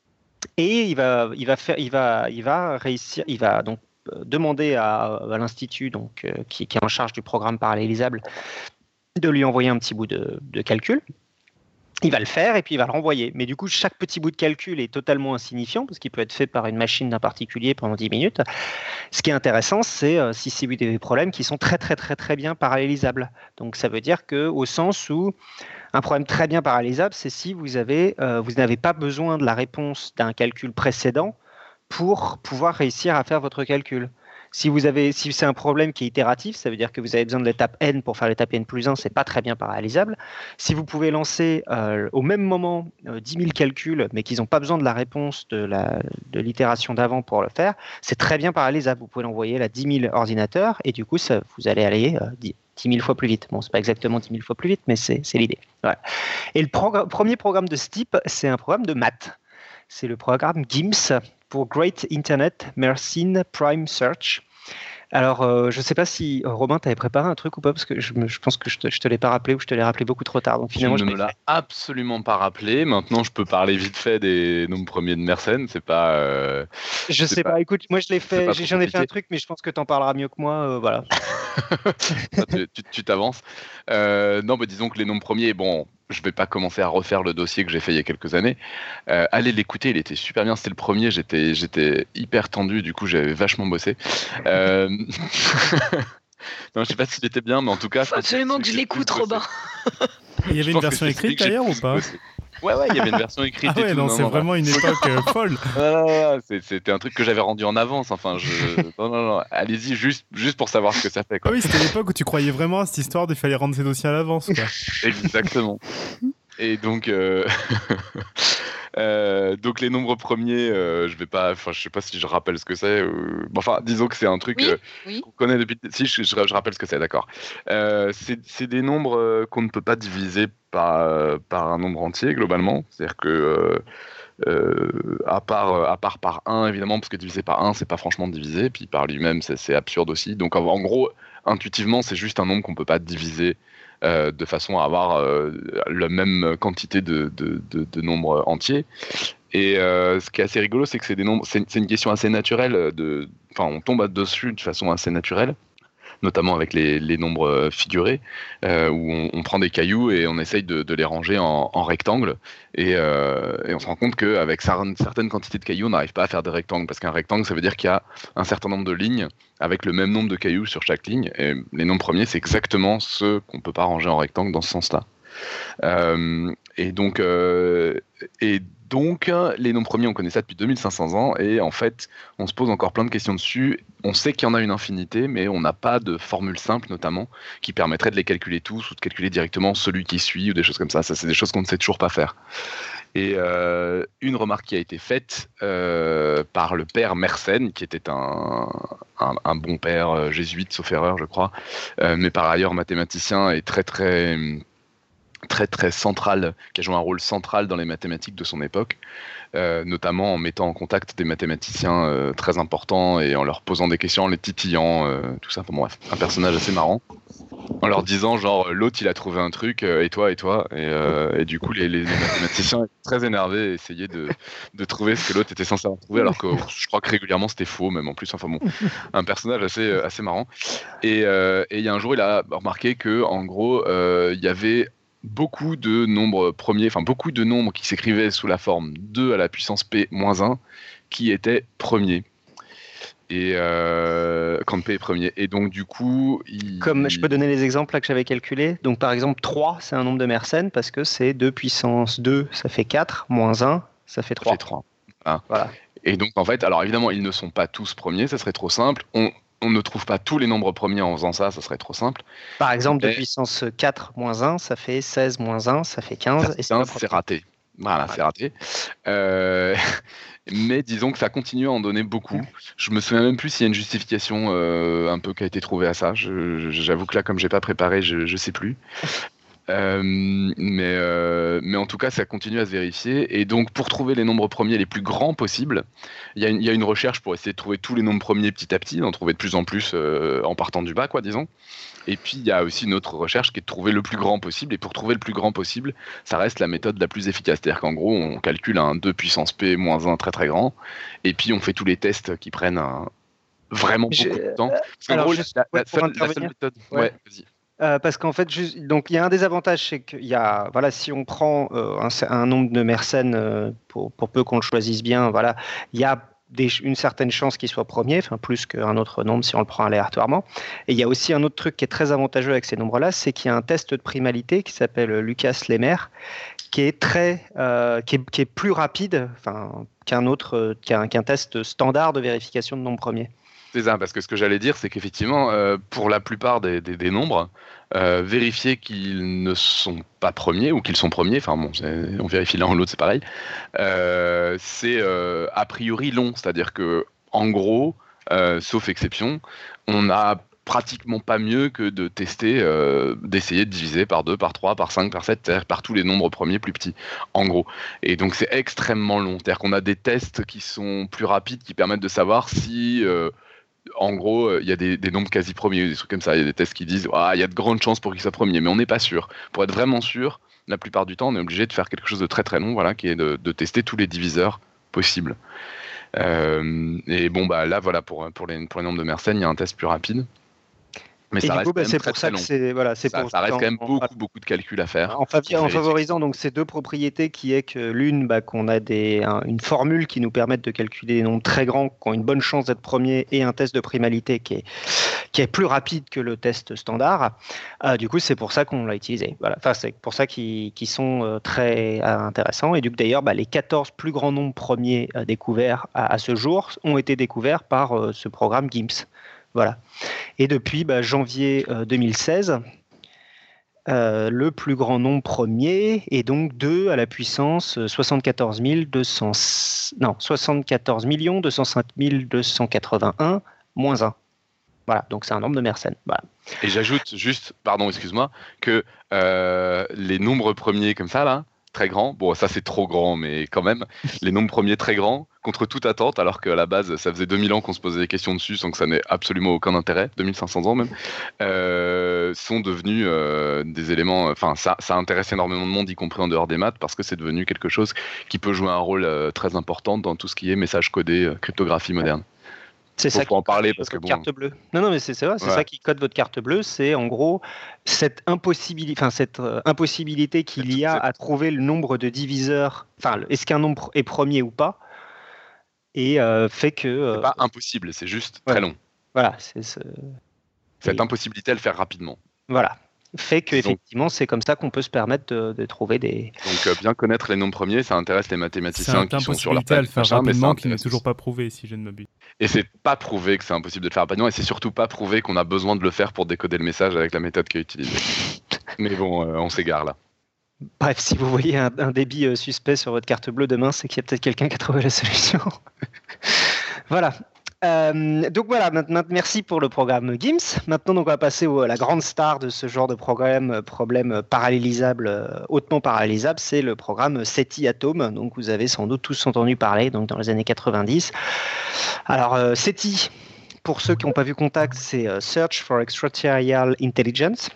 et il va, il va faire, il va, il va réussir, il va donc euh, demander à, à l'institut donc euh, qui, qui est en charge du programme parallélisable de lui envoyer un petit bout de, de calcul. Il va le faire et puis il va le renvoyer. Mais du coup, chaque petit bout de calcul est totalement insignifiant parce qu'il peut être fait par une machine d'un particulier pendant dix minutes. Ce qui est intéressant, c'est euh, si c'est des problèmes qui sont très très très très bien parallélisables. Donc ça veut dire qu'au sens où un problème très bien parallélisable, c'est si vous avez, euh, vous n'avez pas besoin de la réponse d'un calcul précédent pour pouvoir réussir à faire votre calcul. Si, vous avez, si c'est un problème qui est itératif, ça veut dire que vous avez besoin de l'étape n pour faire l'étape n plus un, c'est pas très bien parallélisable. Si vous pouvez lancer euh, au même moment euh, dix mille calculs, mais qu'ils n'ont pas besoin de la réponse de, la, de l'itération d'avant pour le faire, c'est très bien parallélisable. Vous pouvez l'envoyer à dix mille ordinateurs et du coup, ça, vous allez aller euh, dix mille fois plus vite. Bon, c'est pas exactement dix mille fois plus vite, mais c'est, c'est l'idée. Voilà. Et le progr- premier programme de ce type, c'est un programme de maths. C'est le programme GIMS pour Great Internet Mersenne Prime Search. Alors, euh, je ne sais pas si euh, Robin, tu avais préparé un truc ou pas, parce que je, me, je pense que je ne te, je te l'ai pas rappelé ou je te l'ai rappelé beaucoup trop tard. Donc, finalement, tu ne je me l'as absolument pas rappelé. Maintenant, je peux parler vite fait des nombres premiers de Mersenne. C'est pas. Euh, je c'est sais pas. pas. Écoute, moi, je l'ai fait. J'en compliqué. ai fait un truc, mais je pense que tu en parleras mieux que moi. Euh, voilà. tu, tu, tu t'avances. Euh, non, mais disons que les nombres premiers, bon. Je vais pas commencer à refaire le dossier que j'ai fait il y a quelques années. Euh, allez l'écouter, il était super bien. C'était le premier, j'étais, j'étais hyper tendu, du coup j'avais vachement bossé. Euh... non, je sais pas s'il était bien, mais en tout cas. Faut absolument que, que je l'écoute, Robin. Il y avait une version écrite d'ailleurs ou pas? Ouais, ouais, il y avait une version écrite. Ah ouais, et tout. non, non, c'est non, vraiment une époque euh, folle. Non, non, non, c'était un truc que j'avais rendu en avance. Enfin, je. Non, non, non. Allez-y, juste, juste pour savoir ce que ça fait. Quoi. Ah oui, c'était l'époque où tu croyais vraiment à cette histoire de fallait rendre ses dossiers à l'avance. Quoi. Exactement. Et donc, euh... euh, donc les nombres premiers, euh, je vais pas, enfin, je sais pas si je rappelle ce que c'est. Euh... Bon, enfin, disons que c'est un truc oui, euh, oui. qu'on connaît depuis. Si, je, je, je rappelle ce que c'est, d'accord. Euh, c'est, c'est des nombres euh, qu'on ne peut pas diviser par, euh, par un nombre entier globalement. C'est-à-dire que euh, Euh, à part à part par un évidemment, parce que diviser par un c'est pas franchement diviser, puis par lui-même c'est, c'est absurde aussi. Donc en, en gros intuitivement c'est juste un nombre qu'on peut pas diviser euh, de façon à avoir euh, la même quantité de, de, de, de nombres entiers. Et euh, ce qui est assez rigolo, c'est que c'est des nombres, c'est, c'est une question assez naturelle de, enfin on tombe dessus de façon assez naturelle, notamment avec les, les nombres figurés, euh, où on, on prend des cailloux et on essaye de, de les ranger en, en rectangles, et, euh, et on se rend compte qu'avec une certaine quantité de cailloux, on n'arrive pas à faire des rectangles, parce qu'un rectangle, ça veut dire qu'il y a un certain nombre de lignes, avec le même nombre de cailloux sur chaque ligne, et les nombres premiers, c'est exactement ceux qu'on ne peut pas ranger en rectangle dans ce sens-là. Euh, et donc... Euh, et Donc, les nombres premiers, on connaît ça depuis deux mille cinq cents ans, et en fait, on se pose encore plein de questions dessus. On sait qu'il y en a une infinité, mais on n'a pas de formule simple, notamment, qui permettrait de les calculer tous, ou de calculer directement celui qui suit, ou des choses comme ça. Ça, c'est des choses qu'on ne sait toujours pas faire. Et euh, une remarque qui a été faite euh, par le père Mersenne, qui était un, un, un bon père euh, jésuite, sauf erreur, je crois, euh, mais par ailleurs mathématicien et très, très... très très central, qui a joué un rôle central dans les mathématiques de son époque, euh, notamment en mettant en contact des mathématiciens euh, très importants et en leur posant des questions, en les titillant, euh, tout ça. Enfin bon, bref, un personnage assez marrant, en leur disant genre l'autre il a trouvé un truc euh, et toi et toi et, euh, et du coup les, les, les mathématiciens étaient très énervés et essayaient de, de trouver ce que l'autre était censé avoir trouvé, alors que je crois que régulièrement c'était faux même en plus. Enfin bon, un personnage assez assez marrant. Et il euh, y a un jour il a remarqué que en gros il euh, y avait beaucoup de nombres premiers, enfin beaucoup de nombres qui s'écrivaient sous la forme deux à la puissance p moins un qui étaient premiers. Et euh, quand p est premier. Et donc du coup... Il... Comme je peux donner les exemples là que j'avais calculés. Donc par exemple trois, c'est un nombre de Mersenne parce que c'est deux puissance deux, ça fait quatre, moins un, ça fait trois. Ça fait trois. Hein. Voilà. Et donc en fait, alors évidemment ils ne sont pas tous premiers, ça serait trop simple. On... On ne trouve pas tous les nombres premiers en faisant ça, ça serait trop simple. Par exemple, mais... deux puissance quatre moins un, ça fait seize moins un, ça fait quinze. Et quinze, c'est raté. Voilà, ouais. c'est raté. Euh... mais disons que ça continue à en donner beaucoup. Je me souviens même plus s'il y a une justification euh, un peu qui a été trouvée à ça. Je, j'avoue que là, comme j'ai pas préparé, je, je sais plus. Euh, mais, euh, mais en tout cas, ça continue à se vérifier. Et donc, pour trouver les nombres premiers les plus grands possibles, il y, y a une recherche pour essayer de trouver tous les nombres premiers petit à petit, d'en trouver de plus en plus euh, en partant du bas, quoi, disons. Et puis, il y a aussi une autre recherche qui est de trouver le plus grand possible. Et pour trouver le plus grand possible, ça reste la méthode la plus efficace. C'est-à-dire qu'en gros, on calcule un deux puissance p moins un très très grand. Et puis, on fait tous les tests qui prennent un... vraiment beaucoup J'ai... de temps. Parce qu'en Alors, gros, je... la, la, ouais, seule, la seule méthode... Ouais, ouais vas-y. Euh, parce qu'en fait, juste, donc il y a un désavantage, c'est qu'il y a, voilà, si on prend euh, un, un nombre de Mersenne, euh, pour, pour peu qu'on le choisisse bien, voilà, il y a des, une certaine chance qu'il soit premier, enfin plus qu'un autre nombre si on le prend aléatoirement. Et il y a aussi un autre truc qui est très avantageux avec ces nombres-là, c'est qu'il y a un test de primalité qui s'appelle Lucas-Lehmer, qui est très, euh, qui, est, qui est plus rapide, enfin, qu'un autre, qu'un, qu'un test standard de vérification de nombres premiers. C'est ça, parce que ce que j'allais dire, c'est qu'effectivement, euh, pour la plupart des, des, des nombres, euh, vérifier qu'ils ne sont pas premiers ou qu'ils sont premiers, enfin bon, on vérifie l'un ou l'autre, c'est pareil, euh, c'est euh, a priori long, c'est-à-dire que en gros, euh, sauf exception, on n'a pratiquement pas mieux que de tester, euh, d'essayer de diviser par deux, par trois, par cinq, par sept, c'est-à-dire par tous les nombres premiers plus petits, en gros. Et donc c'est extrêmement long, c'est-à-dire qu'on a des tests qui sont plus rapides, qui permettent de savoir si... Euh, en gros, il y a des, des nombres quasi premiers, des trucs comme ça. Il y a des tests qui disent ah, il y a de grandes chances pour qu'il soit premier, mais on n'est pas sûr. Pour être vraiment sûr, la plupart du temps, on est obligé de faire quelque chose de très très long, voilà, qui est de, de tester tous les diviseurs possibles. Euh, et bon, bah là, voilà, pour, pour, les, pour les nombres de Mersenne, il y a un test plus rapide. Mais et ça du reste coup, bah, quand même c'est très, pour ça très que long. c'est voilà, c'est ça, pour ça reste quand même en, beaucoup en, beaucoup de calculs à faire. En, favi- en favorisant donc ces deux propriétés, qui est que l'une, bah, qu'on a des, un, une formule qui nous permette de calculer des nombres très grands, qui ont une bonne chance d'être premiers, et un test de primalité qui est qui est plus rapide que le test standard. Euh, du coup, c'est pour ça qu'on l'a utilisé. Voilà. Enfin, c'est pour ça qu'ils, qu'ils sont euh, très euh, intéressants. Et du coup, d'ailleurs, bah, les quatorze plus grands nombres premiers euh, découverts à, à ce jour ont été découverts par euh, ce programme GIMPS. Voilà. Et depuis bah, janvier euh, deux mille seize, euh, le plus grand nombre premier est donc deux à la puissance soixante-quatorze mille deux cents, non, soixante-quatorze millions deux cent cinq mille deux cent quatre-vingt-un moins un. Voilà, donc c'est un nombre de Mersenne. Voilà. Et j'ajoute juste, pardon, excuse-moi, que euh, les nombres premiers comme ça, là, très grands, bon, ça c'est trop grand, mais quand même, les nombres premiers très grands, contre toute attente, alors qu'à la base, ça faisait deux mille ans qu'on se posait des questions dessus, sans que ça n'ait absolument aucun intérêt, deux mille cinq cents ans même, euh, sont devenus euh, des éléments, enfin, ça, ça intéresse énormément de monde, y compris en dehors des maths, parce que c'est devenu quelque chose qui peut jouer un rôle euh, très important dans tout ce qui est message codé, euh, cryptographie moderne. C'est faut, ça faut en parler parce que bon. Carte bleue. Non, non, mais c'est, c'est vrai, c'est ouais. ça qui code votre carte bleue. C'est en gros cette impossibilité, enfin cette euh, impossibilité qu'il y a à trouver le nombre de diviseurs. Enfin, est-ce qu'un nombre est premier ou pas, et euh, fait que. Euh, c'est pas impossible, c'est juste ouais. très long. Voilà, c'est ce... cette et... impossibilité à le faire rapidement. Voilà. Fait que effectivement, c'est comme ça qu'on peut se permettre de, de trouver des. Donc euh, bien connaître les nombres premiers, ça intéresse les mathématiciens c'est qui sont sur leur page. C'est à le faire machin, rapidement, qui n'est toujours pas prouvé, si je ne m'abuse. Et c'est pas prouvé que c'est impossible de le faire rapidement, et c'est surtout pas prouvé qu'on a besoin de le faire pour décoder le message avec la méthode qui est utilisée. Mais bon, euh, on s'égare là. Bref, si vous voyez un, un débit euh, suspect sur votre carte bleue demain, c'est qu'il y a peut-être quelqu'un qui a trouvé la solution. Voilà. Euh, donc voilà, maintenant, merci pour le programme GIMPS. Maintenant, donc, on va passer au, à la grande star de ce genre de programme, problème parallélisable, euh, hautement parallélisable, c'est le programme SETI Atom. Donc vous avez sans doute tous entendu parler, donc dans les années quatre-vingt-dix. Alors euh, SETI, pour ceux qui n'ont pas vu Contact, c'est euh, Search for Extraterrestrial Intelligence.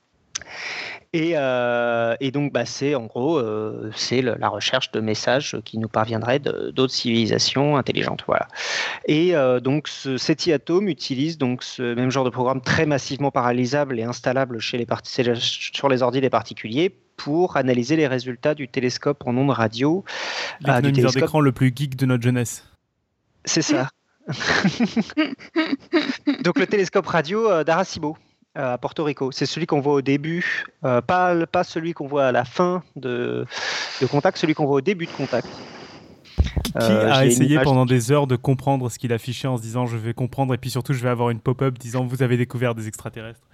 Et, euh, et donc, bah, c'est en gros, euh, c'est le, la recherche de messages qui nous parviendraient de, d'autres civilisations intelligentes. Voilà. Et euh, donc, ce SETI Atom utilise donc ce même genre de programme très massivement parallélisable et installable chez les part- sur les ordi des particuliers pour analyser les résultats du télescope en ondes radio. L'économiseur euh, télescope... d'écran le plus geek de notre jeunesse. C'est ça. Donc, le télescope radio euh, d'Arecibo. À Porto Rico. C'est celui qu'on voit au début, euh, pas, pas celui qu'on voit à la fin de, de Contact, celui qu'on voit au début de Contact. Qui euh, a essayé pendant des heures de comprendre ce qu'il affichait en se disant je vais comprendre et puis surtout je vais avoir une pop-up disant vous avez découvert des extraterrestres.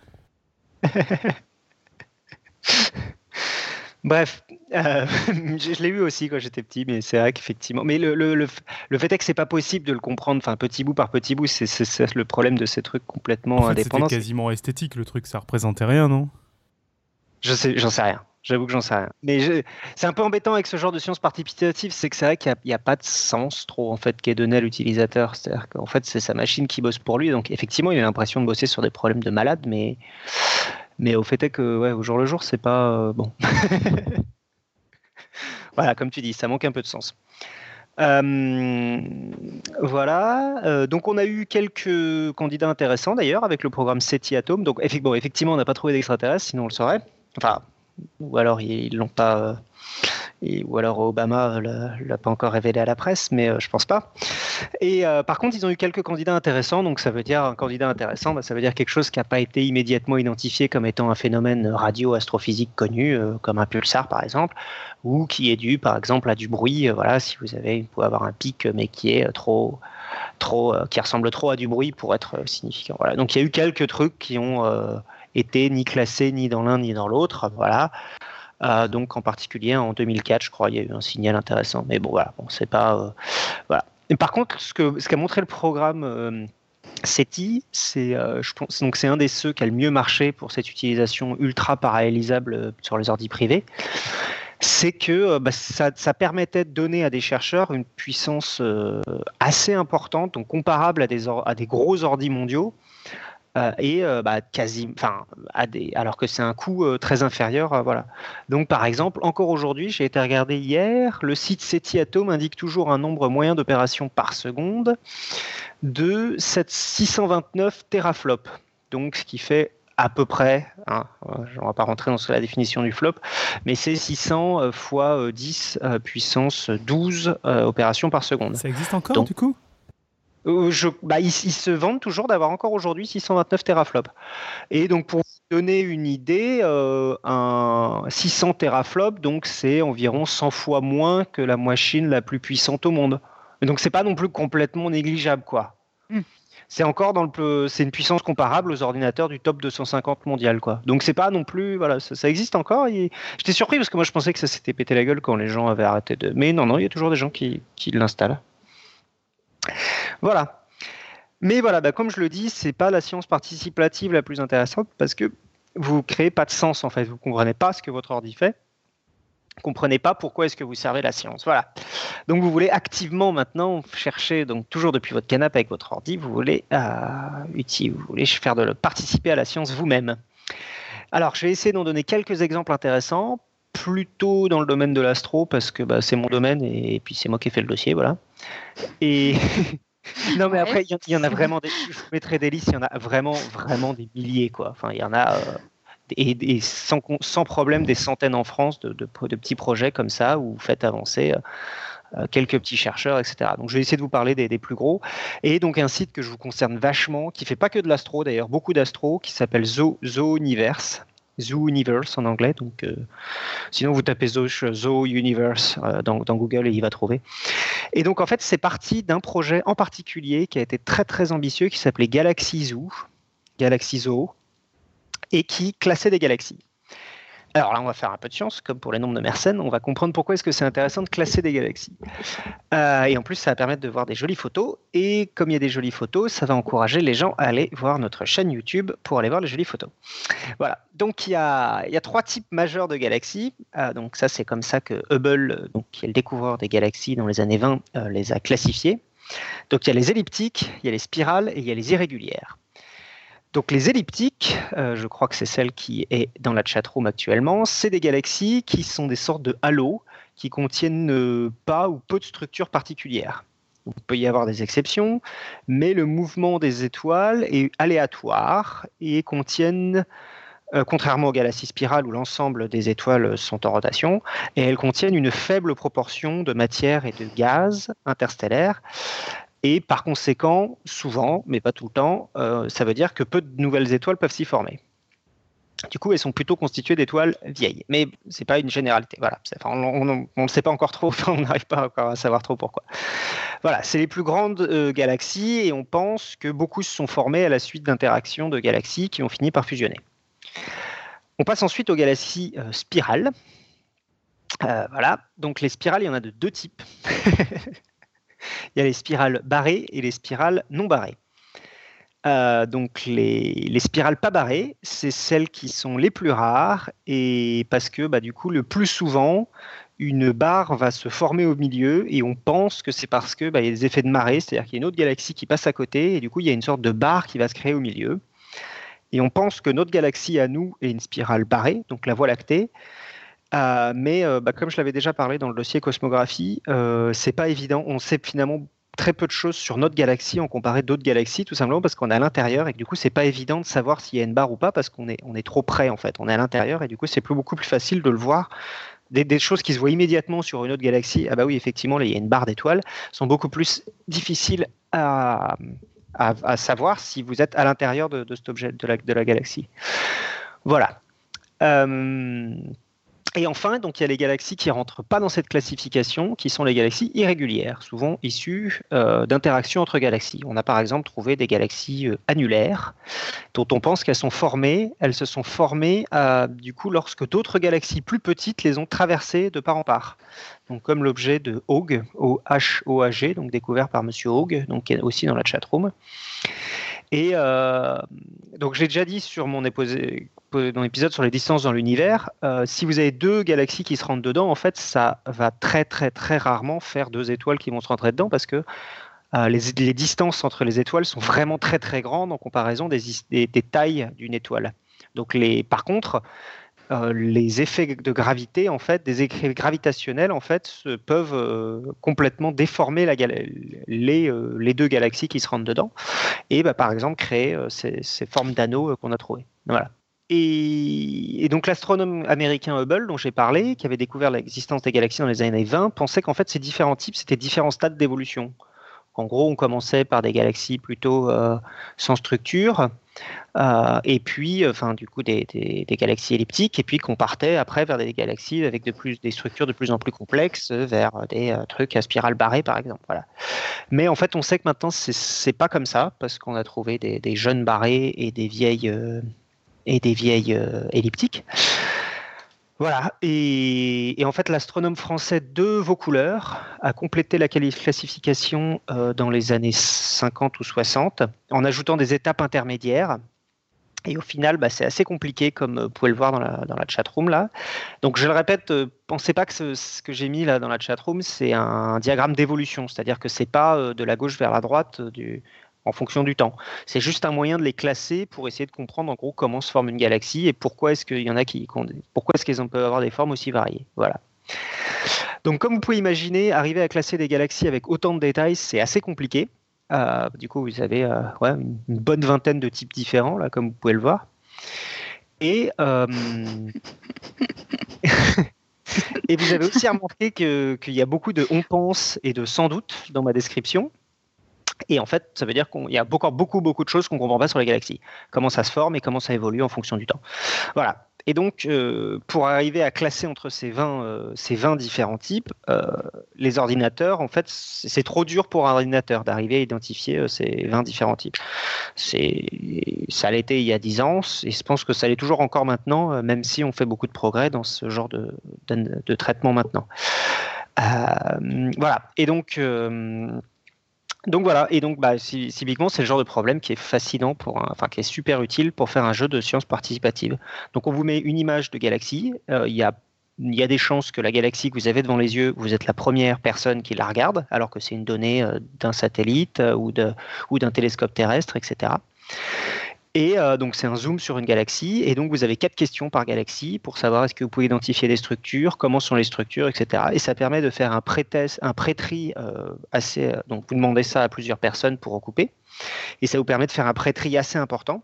Bref, euh, je, je l'ai eu aussi quand j'étais petit, mais c'est vrai qu'effectivement. Mais le, le, le, le fait est que c'est pas possible de le comprendre, enfin petit bout par petit bout, c'est, c'est, c'est le problème de ces trucs complètement en fait, indépendants. C'était quasiment esthétique le truc, ça représentait rien, non ? Je sais, j'en sais rien. J'avoue que j'en sais rien. Mais je, c'est un peu embêtant avec ce genre de sciences participatives, c'est que c'est vrai qu'il n'y a, a pas de sens trop en fait qui est donné à l'utilisateur. C'est-à-dire qu'en fait c'est sa machine qui bosse pour lui, donc effectivement il a l'impression de bosser sur des problèmes de malade, mais mais au fait est que ouais, au jour le jour c'est pas euh, bon. Voilà, comme tu dis, ça manque un peu de sens. Euh, voilà, euh, donc on a eu quelques candidats intéressants d'ailleurs avec le programme SETI Atom. Donc bon, effectivement on n'a pas trouvé d'extraterrestres, sinon on le saurait. Enfin, ou alors ils l'ont pas, euh, et, ou alors Obama l'a, l'a pas encore révélé à la presse, mais euh, je pense pas. Et euh, par contre, ils ont eu quelques candidats intéressants. Donc, ça veut dire un candidat intéressant, bah, ça veut dire quelque chose qui n'a pas été immédiatement identifié comme étant un phénomène radio-astrophysique connu, euh, comme un pulsar par exemple, ou qui est dû par exemple à du bruit. Euh, voilà, si vous avez, vous pouvez avoir un pic, mais qui est trop, trop, euh, qui ressemble trop à du bruit pour être euh, significant. Voilà. Donc, il y a eu quelques trucs qui ont euh, été ni classés ni dans l'un ni dans l'autre. Voilà. Euh, donc, en particulier en deux mille quatre, je crois, il y a eu un signal intéressant. Mais bon, voilà, bon, c'est pas, euh, voilà. Et par contre, ce que ce qu'a montré le programme euh, SETI, c'est euh, je pense donc c'est un des ceux qui a le mieux marché pour cette utilisation ultra parallélisable euh, sur les ordi privés. C'est que euh, bah, ça, ça permettait de donner à des chercheurs une puissance euh, assez importante, donc comparable à des or- à des gros ordis mondiaux. Euh, et euh, bah, quasi, enfin, à des, alors que c'est un coût euh, très inférieur, euh, voilà. Donc, par exemple, encore aujourd'hui, j'ai été regarder hier, le site SETI Atom indique toujours un nombre moyen d'opérations par seconde de six cent vingt-neuf teraflops. Donc, ce qui fait à peu près, hein, on ne va pas rentrer dans la définition du flop, mais c'est six cents euh, fois euh, dix euh, puissance douze euh, opérations par seconde. Ça existe encore, Donc, du coup Euh, je, bah, ils, ils se vendent toujours d'avoir encore aujourd'hui six cent vingt-neuf teraflops. Et donc, pour vous donner une idée, euh, un six cents teraflops, donc c'est environ cent fois moins que la machine la plus puissante au monde. Et donc, c'est pas non plus complètement négligeable, quoi. Mm. C'est encore dans le, c'est une puissance comparable aux ordinateurs du top deux cent cinquante mondial, quoi. Donc, c'est pas non plus, voilà, ça, ça existe encore. Et j'étais surpris parce que moi, je pensais que ça s'était pété la gueule quand les gens avaient arrêté de. Mais non, non, il y a toujours des gens qui, qui l'installent. Voilà. Mais voilà, bah comme je le dis, c'est pas la science participative la plus intéressante parce que vous créez pas de sens en fait. Vous comprenez pas ce que votre ordi fait. Vous comprenez pas pourquoi est-ce que vous servez la science. Voilà. Donc vous voulez activement maintenant chercher, donc toujours depuis votre canapé avec votre ordi, vous voulez euh, utile, vous voulez faire de le participer à la science vous-même. Alors je vais essayer d'en donner quelques exemples intéressants, plutôt dans le domaine de l'astro parce que bah, c'est mon domaine et, et puis c'est moi qui ai fait le dossier, voilà. Et non, mais après, il y, y en a vraiment des. Je vous mettrai des listes, il y en a vraiment, vraiment des milliers, quoi. Enfin, il y en a, euh, et, et sans, sans problème, des centaines en France de, de, de petits projets comme ça où vous faites avancer euh, quelques petits chercheurs, et cetera. Donc, je vais essayer de vous parler des, des plus gros. Et donc, un site que je vous concerne vachement, qui fait pas que de l'astro, d'ailleurs, beaucoup d'astro, qui s'appelle Zoo, Zooniverse. Zoo Universe en anglais, donc euh, sinon vous tapez Zoo, Zoo Universe euh, dans, dans Google et il va trouver. Et donc en fait c'est parti d'un projet en particulier qui a été très très ambitieux qui s'appelait Galaxy Zoo, Galaxy Zoo, et qui classait des galaxies. Alors là on va faire un peu de science, comme pour les nombres de Mersenne, on va comprendre pourquoi est-ce que c'est intéressant de classer des galaxies. Euh, et en plus ça va permettre de voir des jolies photos, et comme il y a des jolies photos, ça va encourager les gens à aller voir notre chaîne YouTube pour aller voir les jolies photos. Voilà, donc il y a, il y a trois types majeurs de galaxies, euh, donc ça c'est comme ça que Hubble, donc, qui est le découvreur des galaxies dans les années vingt, euh, les a classifiées. Donc il y a les elliptiques, il y a les spirales et il y a les irrégulières. Donc les elliptiques, euh, je crois que c'est celle qui est dans la chatroom actuellement, c'est des galaxies qui sont des sortes de halos qui contiennent euh, pas ou peu de structures particulières. Donc, il peut y avoir des exceptions, mais le mouvement des étoiles est aléatoire et contiennent, euh, contrairement aux galaxies spirales où l'ensemble des étoiles sont en rotation, et elles contiennent une faible proportion de matière et de gaz interstellaires. Et par conséquent, souvent, mais pas tout le temps, euh, ça veut dire que peu de nouvelles étoiles peuvent s'y former. Du coup, elles sont plutôt constituées d'étoiles vieilles. Mais ce n'est pas une généralité. Voilà. Enfin, on ne le sait pas encore trop, enfin, on n'arrive pas encore à savoir trop pourquoi. Voilà, c'est les plus grandes euh, galaxies et on pense que beaucoup se sont formées à la suite d'interactions de galaxies qui ont fini par fusionner. On passe ensuite aux galaxies euh, spirales. Euh, voilà, donc les spirales, il y en a de deux types. Il y a les spirales barrées et les spirales non barrées. Euh, donc les, les spirales pas barrées, c'est celles qui sont les plus rares et parce que bah, du coup le plus souvent une barre va se former au milieu et on pense que c'est parce que bah, y a des effets de marée, c'est-à-dire qu'il y a une autre galaxie qui passe à côté et du coup il y a une sorte de barre qui va se créer au milieu. Et on pense que notre galaxie à nous est une spirale barrée, donc la Voie lactée. Euh, mais euh, bah, comme je l'avais déjà parlé dans le dossier cosmographie, euh, c'est pas évident. On sait finalement très peu de choses sur notre galaxie en comparé d'autres galaxies, tout simplement parce qu'on est à l'intérieur et que du coup c'est pas évident de savoir s'il y a une barre ou pas parce qu'on est, on est trop près en fait. On est à l'intérieur et du coup c'est plus, beaucoup plus facile de le voir des, des choses qui se voient immédiatement sur une autre galaxie, ah bah oui, effectivement, là, il y a une barre d'étoiles, sont beaucoup plus difficiles à, à, à savoir si vous êtes à l'intérieur de, de cet objet, de la, de la galaxie. Voilà. Euh, Et enfin, donc, il y a les galaxies qui ne rentrent pas dans cette classification, qui sont les galaxies irrégulières, souvent issues euh, d'interactions entre galaxies. On a par exemple trouvé des galaxies euh, annulaires, dont on pense qu'elles sont formées. Elles se sont formées euh, du coup lorsque d'autres galaxies plus petites les ont traversées de part en part. Donc, comme l'objet de Haug, O H O A G, donc découvert par Monsieur Haug, donc qui est aussi dans la chatroom. Et euh, donc, j'ai déjà dit sur mon éposé, dans l'épisode sur les distances dans l'univers, euh, si vous avez deux galaxies qui se rentrent dedans, en fait, ça va très, très, très rarement faire deux étoiles qui vont se rentrer dedans parce que euh, les, les distances entre les étoiles sont vraiment très, très grandes en comparaison des, des, des tailles d'une étoile. Donc, les, par contre, euh, les effets de gravité, en fait, des effets gravitationnels, en fait, se, peuvent euh, complètement déformer la, les, euh, les deux galaxies qui se rentrent dedans et, bah, par exemple, créer euh, ces, ces formes d'anneaux euh, qu'on a trouvées. Voilà. Et, et donc l'astronome américain Hubble, dont j'ai parlé, qui avait découvert l'existence des galaxies dans les années vingt, pensait qu'en fait ces différents types, c'était différents stades d'évolution. En gros, on commençait par des galaxies plutôt euh, sans structure, euh, et puis, enfin, du coup, des, des, des galaxies elliptiques, et puis qu'on partait après vers des galaxies avec de plus, des structures de plus en plus complexes, vers des euh, trucs à spirale barrée, par exemple. Voilà. Mais en fait, on sait que maintenant, c'est, c'est pas comme ça, parce qu'on a trouvé des, des jeunes barrés et des vieilles... Euh, et des vieilles euh, elliptiques. Voilà, et, et en fait l'astronome français de Vaucouleurs a complété la classification euh, dans les années cinquante ou soixante en ajoutant des étapes intermédiaires. Et au final, bah, c'est assez compliqué, comme vous pouvez le voir dans la, dans la chatroom là. Donc je le répète, euh, pensez pas que ce, ce que j'ai mis là dans la chatroom, c'est un diagramme d'évolution, c'est-à-dire que c'est pas euh, de la gauche vers la droite euh, du... en fonction du temps. C'est juste un moyen de les classer pour essayer de comprendre en gros comment se forme une galaxie et pourquoi est-ce qu'il y en a qui, pourquoi est-ce qu'elles peuvent avoir des formes aussi variées. Voilà. Donc comme vous pouvez imaginer, arriver à classer des galaxies avec autant de détails, c'est assez compliqué. Euh, du coup, vous avez euh, ouais, une bonne vingtaine de types différents, là, comme vous pouvez le voir. Et, euh... et vous avez aussi remarqué que, qu'il y a beaucoup de on pense et de sans doute dans ma description. Et en fait, ça veut dire qu'il y a encore beaucoup, beaucoup de choses qu'on ne comprend pas sur les galaxies. Comment ça se forme et comment ça évolue en fonction du temps. Voilà. Et donc, euh, pour arriver à classer entre ces vingt, euh, ces vingt différents types, euh, les ordinateurs, en fait, c'est, c'est trop dur pour un ordinateur d'arriver à identifier euh, ces vingt différents types. C'est, ça l'était il y a dix ans, et je pense que ça l'est toujours encore maintenant, euh, même si on fait beaucoup de progrès dans ce genre de, de, de traitement maintenant. Euh, voilà. Et donc... Euh, Donc voilà, et donc bah, typiquement c'est le genre de problème qui est fascinant, pour un, enfin qui est super utile pour faire un jeu de sciences participatives. Donc on vous met une image de galaxie, euh, il y a, il y a des chances que la galaxie que vous avez devant les yeux, vous êtes la première personne qui la regarde, alors que c'est une donnée euh, d'un satellite euh, ou, de, ou d'un télescope terrestre, et cetera. Et euh, donc c'est un zoom sur une galaxie, et donc vous avez quatre questions par galaxie pour savoir est-ce que vous pouvez identifier des structures, comment sont les structures, et cetera. Et ça permet de faire un pré-test, un pré-tri euh, assez. Euh, donc vous demandez ça à plusieurs personnes pour recouper, et ça vous permet de faire un pré-tri assez important.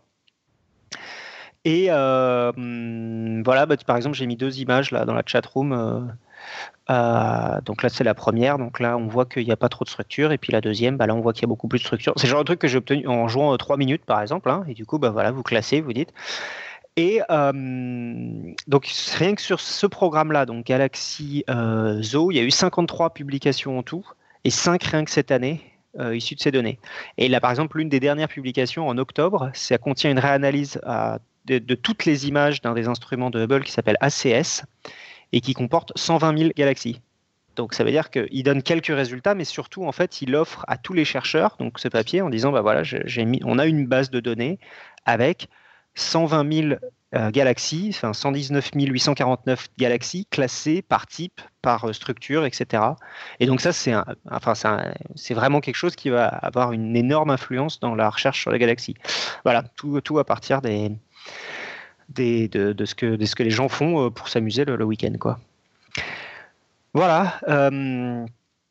Et euh, voilà, bah, par exemple j'ai mis deux images là dans la chatroom. Euh, Euh, donc là c'est la première, donc là on voit qu'il n'y a pas trop de structure, et puis la deuxième, bah là on voit qu'il y a beaucoup plus de structure. C'est le genre de truc que j'ai obtenu en jouant trois minutes par exemple, hein, et du coup bah voilà, vous classez, vous dites. Et euh, donc rien que sur ce programme-là, donc Galaxy euh, Zoo, il y a eu cinquante-trois publications en tout, et cinq rien que cette année, euh, issues de ces données. Et là par exemple l'une des dernières publications en octobre, ça contient une réanalyse euh, de, de toutes les images d'un des instruments de Hubble qui s'appelle A C S, et qui comporte cent vingt mille galaxies. Donc ça veut dire qu'il donne quelques résultats, mais surtout en fait il offre à tous les chercheurs donc ce papier en disant bah voilà, j'ai mis, on a une base de données avec cent vingt mille euh, galaxies, enfin cent dix-neuf mille huit cent quarante-neuf galaxies classées par type, par euh, structure, et cetera. Et donc ça c'est, un, enfin c'est, un, c'est vraiment quelque chose qui va avoir une énorme influence dans la recherche sur les galaxies. Voilà, tout, tout à partir des Des, de, de, ce que, de ce que les gens font pour s'amuser le, le week-end, quoi. Voilà. Euh,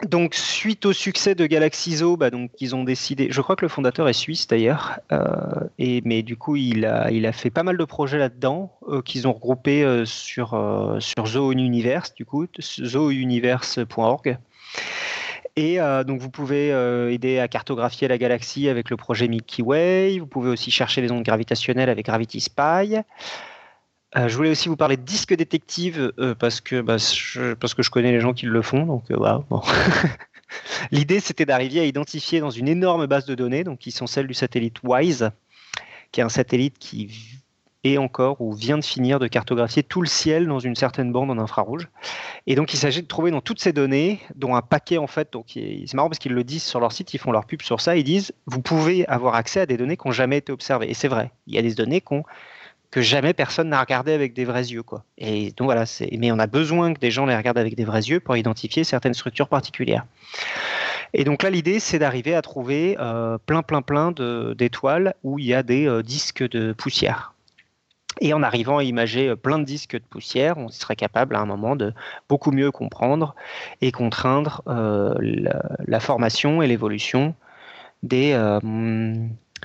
Donc, suite au succès de Galaxizo, bah, donc, ils ont décidé. Je crois que le fondateur est suisse d'ailleurs, euh, et mais du coup, il a, il a fait pas mal de projets là-dedans euh, qu'ils ont regroupés euh, sur euh, sur Zooniverse, du coup, zoouniverse point org. Et euh, donc, vous pouvez euh, aider à cartographier la galaxie avec le projet Milky Way. Vous pouvez aussi chercher les ondes gravitationnelles avec Gravity Spy. Euh, je voulais aussi vous parler de disque détective euh, parce que bah, je, parce que je connais les gens qui le font, donc euh, voilà. Bon. L'idée, c'était d'arriver à identifier dans une énorme base de données, donc qui sont celles du satellite WISE, qui est un satellite qui est encore ou vient de finir de cartographier tout le ciel dans une certaine bande en infrarouge. Et donc, il s'agit de trouver dans toutes ces données, dont un paquet en fait. Donc, c'est marrant parce qu'ils le disent sur leur site, ils font leur pub sur ça. Ils disent, vous pouvez avoir accès à des données qui n'ont jamais été observées. Et c'est vrai, il y a des données qui ont que jamais personne n'a regardé avec des vrais yeux, quoi. Et donc voilà, c'est... mais on a besoin que des gens les regardent avec des vrais yeux pour identifier certaines structures particulières. Et donc là, l'idée, c'est d'arriver à trouver euh, plein, plein, plein de, d'étoiles où il y a des euh, disques de poussière. Et en arrivant à imager plein de disques de poussière, on serait capable à un moment de beaucoup mieux comprendre et contraindre euh, la, la formation et l'évolution des... Euh,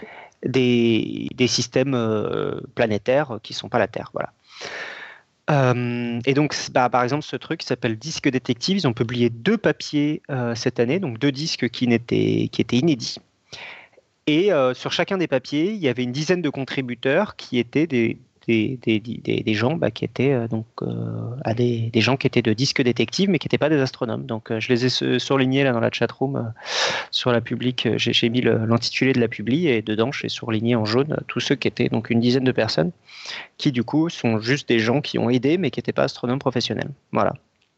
Des, des systèmes euh, planétaires qui ne sont pas la Terre. Voilà. Euh, et donc, bah, par exemple, ce truc qui s'appelle Disque Détective, ils ont publié deux papiers euh, cette année, donc deux disques qui, n'étaient, qui étaient inédits. Et euh, sur chacun des papiers, il y avait une dizaine de contributeurs qui étaient des, des, des, des, des gens bah, qui étaient euh, donc, euh, à des, des gens qui étaient de disques détectives, mais qui n'étaient pas des astronomes. Donc, euh, je les ai surlignés là dans la chatroom. Euh, sur la publique, j'ai, j'ai mis le, l'intitulé de la publi et dedans, j'ai surligné en jaune euh, tous ceux qui étaient donc une dizaine de personnes qui, du coup, sont juste des gens qui ont aidé, mais qui n'étaient pas astronomes professionnels. Voilà.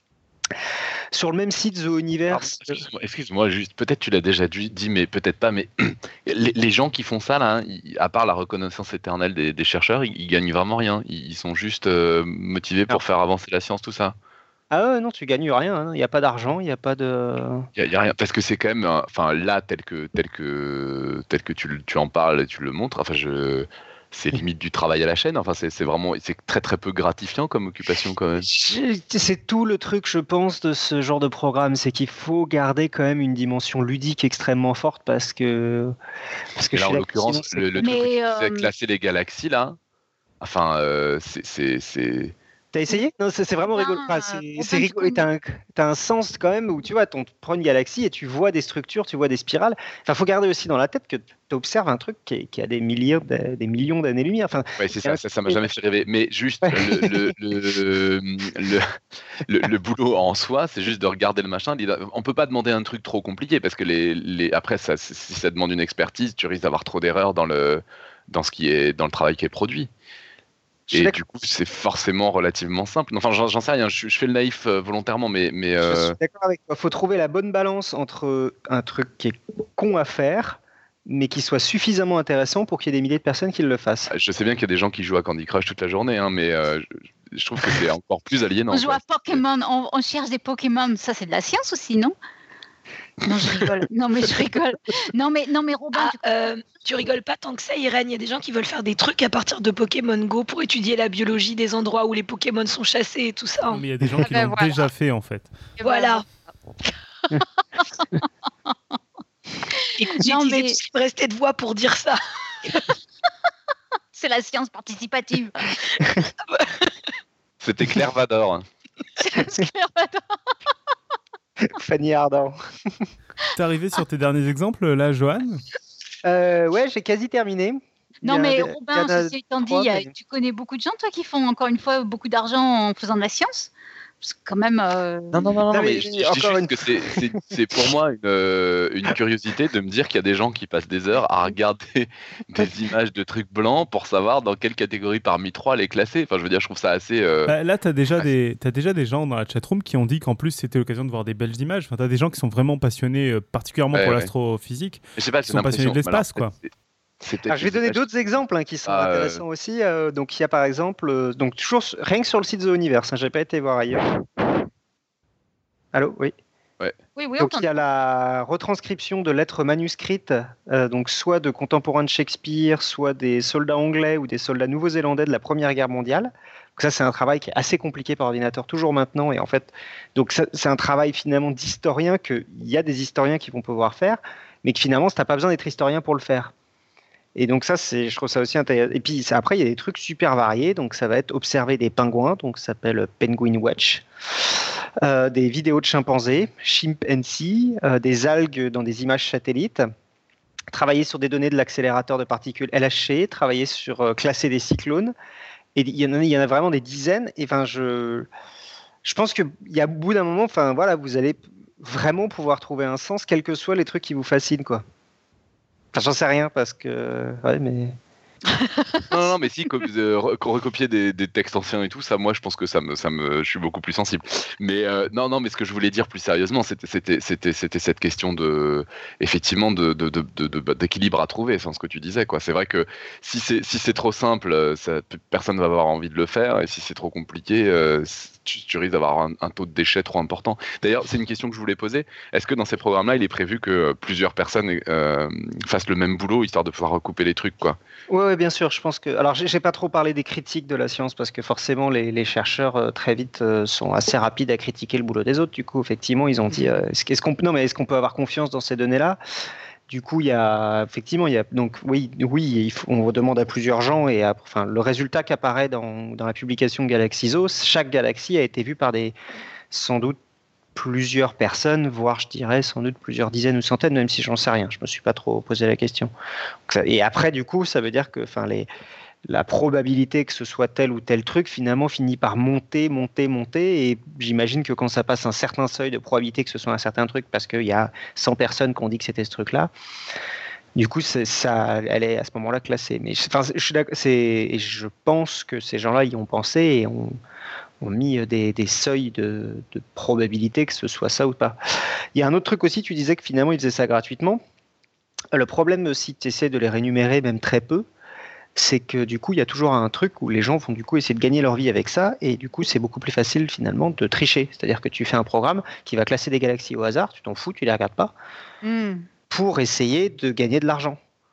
Sur le même site Zooniverse. Excuse-moi, excuse-moi, juste, peut-être tu l'as déjà dit, mais peut-être pas, mais les, les gens qui font ça, là, hein, ils, à part la reconnaissance éternelle des, des chercheurs, ils, ils gagnent vraiment rien. Ils, ils sont juste euh, motivés pour non. faire avancer la science, tout ça. Ah ouais, non, tu gagnes rien. Il n'y a pas d'argent, il n'y a pas de. Il n'y a, a rien, parce que c'est quand même, enfin là, tel que, tel que, tel que tu, tu en parles et tu le montres, enfin je. C'est limite du travail à la chaîne. Enfin, c'est, c'est vraiment, c'est très très peu gratifiant comme occupation quand même. C'est tout le truc, je pense, de ce genre de programme, c'est qu'il faut garder quand même une dimension ludique extrêmement forte parce que. Parce que là, en l'occurrence, sinon, le, le truc Mais euh... c'est classer les galaxies là. Enfin, euh, c'est, c'est, c'est... T'as essayé ? Non, c'est, c'est vraiment ah, rigolo. Enfin, c'est, c'est rigolo. T'as un, t'as un sens quand même où tu vois, on prend une galaxie et tu vois des structures, tu vois des spirales. Enfin, faut garder aussi dans la tête que tu observes un truc qui, est, qui a des millions, des millions d'années-lumière. Enfin, ouais, c'est ça, ça, ça m'a jamais fait rêver. Mais juste le, le, le, le, le, le boulot en soi, c'est juste de regarder le machin. On peut pas demander un truc trop compliqué parce que les, les, après, ça, si ça demande une expertise, tu risques d'avoir trop d'erreurs dans le, dans ce qui est, dans le travail qui est produit. Et du coup, c'est forcément relativement simple. Enfin, j'en, j'en sais rien, je, je fais le naïf euh, volontairement, mais... mais euh... Je suis d'accord avec toi. Il faut trouver la bonne balance entre un truc qui est con à faire, mais qui soit suffisamment intéressant pour qu'il y ait des milliers de personnes qui le fassent. Je sais bien qu'il y a des gens qui jouent à Candy Crush toute la journée, hein, mais euh, je, je trouve que c'est encore plus aliénant. On joue quoi. à Pokémon, on, on cherche des Pokémon. Ça, c'est de la science aussi, non ? Non, je rigole. Non, mais je rigole. Non, mais, non, mais Robin, ah, tu... Euh, tu rigoles pas tant que ça, Irène. Il y a des gens qui veulent faire des trucs à partir de Pokémon Go pour étudier la biologie des endroits où les Pokémon sont chassés et tout ça. Non, mais il y a des gens qui ah ben l'ont voilà. déjà fait, en fait. Et voilà. Écoute, j'ai utilisé mais... tout ce qui me restait de voix pour dire ça. C'est la science participative. C'était Claire Vador. Hein. C'est Claire Vador. Fanny Ardant. T'es arrivé sur tes derniers exemples, là, Johan ? euh, Ouais, j'ai quasi terminé. Non, mais Robin, ceci étant dit, mais... tu connais beaucoup de gens, toi, qui font encore une fois beaucoup d'argent en faisant de la science ? Parce que quand même. Euh... Non, non, non, non, non, mais, mais je, je dis juste une... que c'est, c'est, c'est pour moi une, euh, une curiosité de me dire qu'il y a des gens qui passent des heures à regarder des images de trucs blancs pour savoir dans quelle catégorie parmi trois les classer. Enfin, je veux dire, je trouve ça assez. Euh... Bah, là, t'as déjà, des, t'as déjà des gens dans la chatroom qui ont dit qu'en plus c'était l'occasion de voir des belles images. Enfin, t'as des gens qui sont vraiment passionnés, euh, particulièrement ouais, pour ouais. l'astrophysique. Je sais pas, qui sont passionnés de l'espace, quoi. C'est... Alors, je vais donner d'autres exemples hein, qui sont ah, intéressants euh... aussi. Euh, donc, il y a par exemple, euh, donc toujours rien que sur le site Zooniverse, hein, j'ai pas été voir ailleurs. Allô, oui. Ouais. Oui, oui. Donc il y a la retranscription de lettres manuscrites, euh, donc soit de contemporains de Shakespeare, soit des soldats anglais ou des soldats nouveau-zélandais de la Première Guerre mondiale. Donc ça, c'est un travail qui est assez compliqué par ordinateur, toujours maintenant. Et en fait, donc ça, c'est un travail finalement d'historien qu'il y a des historiens qui vont pouvoir faire, mais que finalement, tu n'as pas besoin d'être historien pour le faire. Et donc ça, c'est, je trouve ça aussi intéressant. Et puis après, il y a des trucs super variés. Donc ça va être observer des pingouins, donc ça s'appelle Penguin Watch, euh, des vidéos de chimpanzés, Chimpanzee, euh, des algues dans des images satellites, travailler sur des données de l'accélérateur de particules L H C, travailler sur euh, classer des cyclones. Et il y en a, il y en a vraiment des dizaines. Et enfin, je, je pense qu'il y a au bout d'un moment, enfin voilà, vous allez vraiment pouvoir trouver un sens, quels que soient les trucs qui vous fascinent, quoi. Enfin, j'en sais rien parce que. Ouais, mais. non, non, mais si, comme, euh, recopier des, des textes anciens et tout, ça, moi, je pense que ça me, ça me, je suis beaucoup plus sensible. Mais euh, non, non, mais ce que je voulais dire plus sérieusement, c'était, c'était, c'était, c'était cette question de, effectivement, de, de, de, de, de, d'équilibre à trouver. Enfin, ce que tu disais, quoi. C'est vrai que si c'est, si c'est trop simple, ça, personne ne va avoir envie de le faire, et si c'est trop compliqué, euh, tu, tu risques d'avoir un, un taux de déchets trop important. D'ailleurs, c'est une question que je voulais poser. Est-ce que dans ces programmes-là, il est prévu que plusieurs personnes euh, fassent le même boulot, histoire de pouvoir recouper les trucs, quoi? Oui, ouais, bien sûr. Je pense que. Alors, j'ai pas trop parlé des critiques de la science parce que forcément, les, les chercheurs euh, très vite euh, sont assez rapides à critiquer le boulot des autres. Du coup, effectivement, ils ont dit euh, est-ce, est-ce qu'on non, mais est-ce qu'on peut avoir confiance dans ces données-là? Du coup, il y a effectivement, il y a donc oui, oui, il faut, on demande à plusieurs gens et à, enfin, le résultat qui apparaît dans, dans la publication Galaxy-Zo, chaque galaxie a été vue par des sans doute plusieurs personnes, voire je dirais sans doute plusieurs dizaines ou centaines, même si j'en sais rien. Je me suis pas trop posé la question. Et après, du coup, ça veut dire que, enfin, les, la probabilité que ce soit tel ou tel truc finalement finit par monter, monter, monter. Et j'imagine que quand ça passe un certain seuil de probabilité que ce soit un certain truc, parce qu'il y a cent personnes qui ont dit que c'était ce truc-là. Du coup, c'est, ça, elle est à ce moment-là classée. Mais enfin, je suis d'accord, c'est, et je pense que ces gens-là y ont pensé et ont ont mis des, des seuils de, de probabilité que ce soit ça ou pas. Il y a un autre truc aussi, tu disais que finalement ils faisaient ça gratuitement. Le problème, si tu essaies de les rémunérer même très peu, c'est que du coup il y a toujours un truc où les gens vont du coup essayer de gagner leur vie avec ça, et du coup c'est beaucoup plus facile finalement de tricher. C'est-à-dire que tu fais un programme qui va classer des galaxies au hasard, tu t'en fous, tu les regardes pas, mm. pour essayer de gagner de l'argent.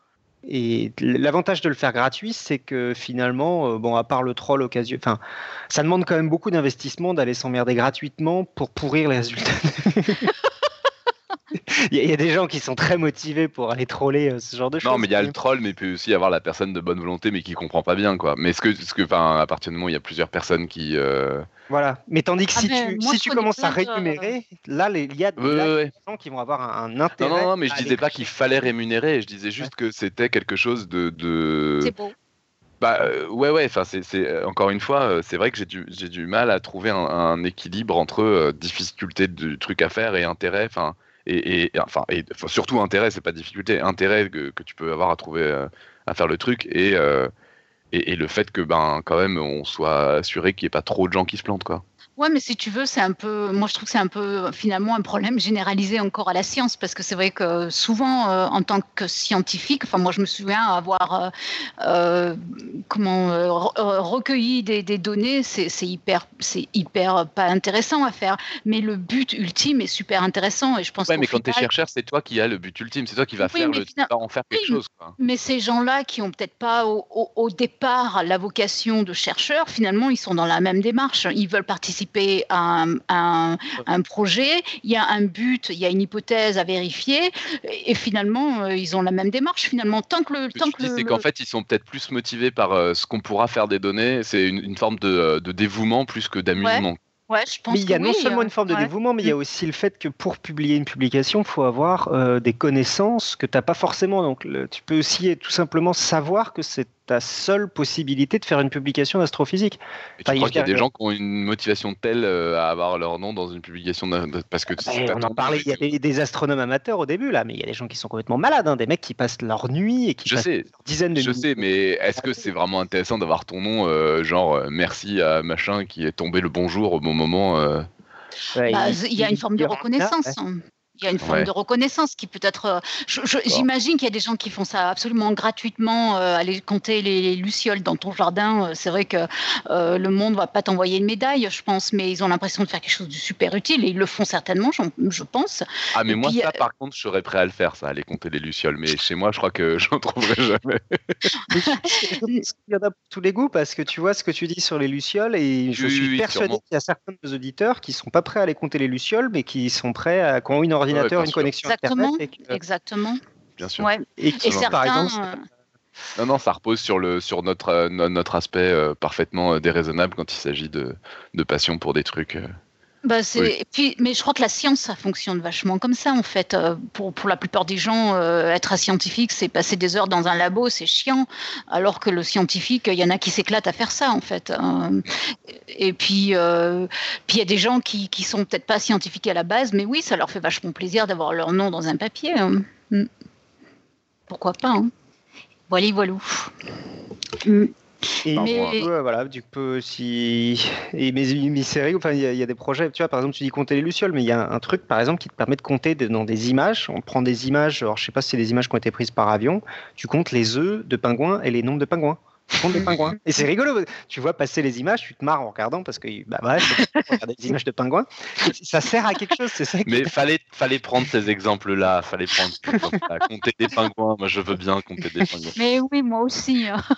Et l'avantage de le faire gratuit, c'est que finalement, euh, bon, à part le troll occasionnel, enfin, ça demande quand même beaucoup d'investissement d'aller s'emmerder gratuitement pour pourrir les résultats. Il y, y a des gens qui sont très motivés pour aller troller euh, ce genre de choses. Non, mais il y a le troll, mais il peut aussi y avoir la personne de bonne volonté, mais qui comprend pas bien, quoi. Mais est-ce que, est-ce que, enfin, à partir du moment où il y a plusieurs personnes qui. Euh... Voilà. Mais tandis que ah si ben, tu, moi, si tu commences à rémunérer, de... là, il y a, ouais, là, ouais. des gens qui vont avoir un, un intérêt. Non, non, non, mais je disais pas qu'il fallait rémunérer. Je disais juste ouais. que c'était quelque chose de. de... C'est beau. Bah euh, ouais ouais enfin c'est, c'est encore une fois euh, c'est vrai que j'ai du j'ai du mal à trouver un, un équilibre entre euh, difficulté du truc à faire et intérêt, enfin et, et enfin et surtout intérêt, c'est pas difficulté, intérêt que, que tu peux avoir à trouver euh, à faire le truc et, euh, et et le fait que ben quand même on soit assuré qu'il y ait pas trop de gens qui se plantent, quoi. Ouais, mais si tu veux, c'est un peu. Moi, je trouve que c'est un peu finalement un problème généralisé encore à la science, parce que c'est vrai que souvent, euh, en tant que scientifique, enfin, moi, je me souviens avoir euh, euh, comment euh, recueilli des, des données, c'est, c'est hyper, c'est hyper pas intéressant à faire, mais le but ultime est super intéressant, et je pense. Ouais, mais quand final... tu es chercheur, c'est toi qui as le but ultime, c'est toi qui vas oui, faire le, final... en faire quelque oui, chose, quoi. Mais ces gens-là qui ont peut-être pas au, au, au départ la vocation de chercheur, finalement, ils sont dans la même démarche. Ils veulent participer à un, un, un projet, il y a un but, il y a une hypothèse à vérifier, et finalement, ils ont la même démarche. Finalement, tant que le, tant ce que que je dis, le, c'est qu'en fait, ils sont peut-être plus motivés par euh, ce qu'on pourra faire des données. C'est une, une forme de, de dévouement plus que d'amusement. Ouais. Ouais, je pense mais il y a que non oui, seulement euh, une forme de ouais. dévouement, mais il y a aussi le fait que pour publier une publication, il faut avoir euh, des connaissances que tu n'as pas forcément. Donc, le, tu peux aussi tout simplement savoir que c'est ta seule possibilité de faire une publication d'astrophysique. Et tu enfin, crois qu'il y a des gens qui ont une motivation telle euh, à avoir leur nom dans une publication de... parce que bah, on en parlait, il y a des, des astronomes amateurs au début là, mais il y a des gens qui sont complètement malades, hein, des mecs qui passent leur nuit et qui je passent sais, dizaines de je minutes. sais, mais est-ce que c'est vraiment intéressant d'avoir ton nom, euh, genre euh, merci à machin qui est tombé le bonjour au bon moment euh... bah, il y a une forme de reconnaissance. Ouais. Il y a une forme Ouais. de reconnaissance qui peut être. euh, je- je- J'imagine qu'il y a des gens qui font ça absolument gratuitement, euh, aller compter les, les lucioles dans ton jardin. Euh, C'est vrai que euh, le monde va pas t'envoyer une médaille, je pense, mais ils ont l'impression de faire quelque chose de super utile et ils le font certainement, j'en- je pense. Ah, mais Et moi, puis, ça, euh, par contre, je serais prêt à le faire, ça, aller compter les lucioles. Mais chez moi, je crois que j'en trouverai jamais. Mais je pense que- je pense qu'il y en a pour tous les goûts parce que tu vois ce que tu dis sur les lucioles et je Oui, suis oui, persuadé sûrement. qu'il y a certains de nos auditeurs qui sont pas prêts à aller compter les lucioles mais qui sont prêts à qui ont un ordinateur, bien une sûr. connexion Exactement, internet et, que- exactement. Bien sûr. Ouais. et qui, Et Non, non, par certains. exemple, euh, Non, non, ça repose sur, le, sur notre, euh, no- notre aspect euh, parfaitement euh, déraisonnable quand il s'agit de, de passion pour des trucs. euh. Bah c'est... Oui. et puis, mais je crois que la science, ça fonctionne vachement comme ça, en fait. Euh, pour, pour la plupart des gens, euh, être un scientifique, c'est passer des heures dans un labo, c'est chiant. Alors que le scientifique, il y en a qui s'éclatent à faire ça, en fait. Euh, et puis, euh, puis il y a des gens qui, qui sont peut-être pas scientifiques à la base, mais oui, ça leur fait vachement plaisir d'avoir leur nom dans un papier. hein. Mm. Pourquoi pas, hein. Voilà, voilou. Mm. et Mais- du coup, euh, voilà, du coup, si et mes, mes séries, enfin, il y, a- il y a des projets, tu vois, par exemple, tu dis compter les lucioles, mais il y a un truc, par exemple, qui te permet de compter de- dans des images. On prend des images, alors je sais pas si c'est des images qui ont été prises par avion, tu comptes les œufs de pingouins et les nombres de pingouins. Tu comptes les pingouins. Et c'est rigolo. Tu vois passer les images, tu te marres en regardant parce que, bah ouais, faut regarder des images de pingouins. Ça sert à quelque chose, c'est ça. qui- Mais fallait, fallait prendre ces exemples-là. Fallait prendre ces exemples-là. Compter des pingouins. Moi, je veux bien compter des pingouins. Mais oui, moi aussi. hein.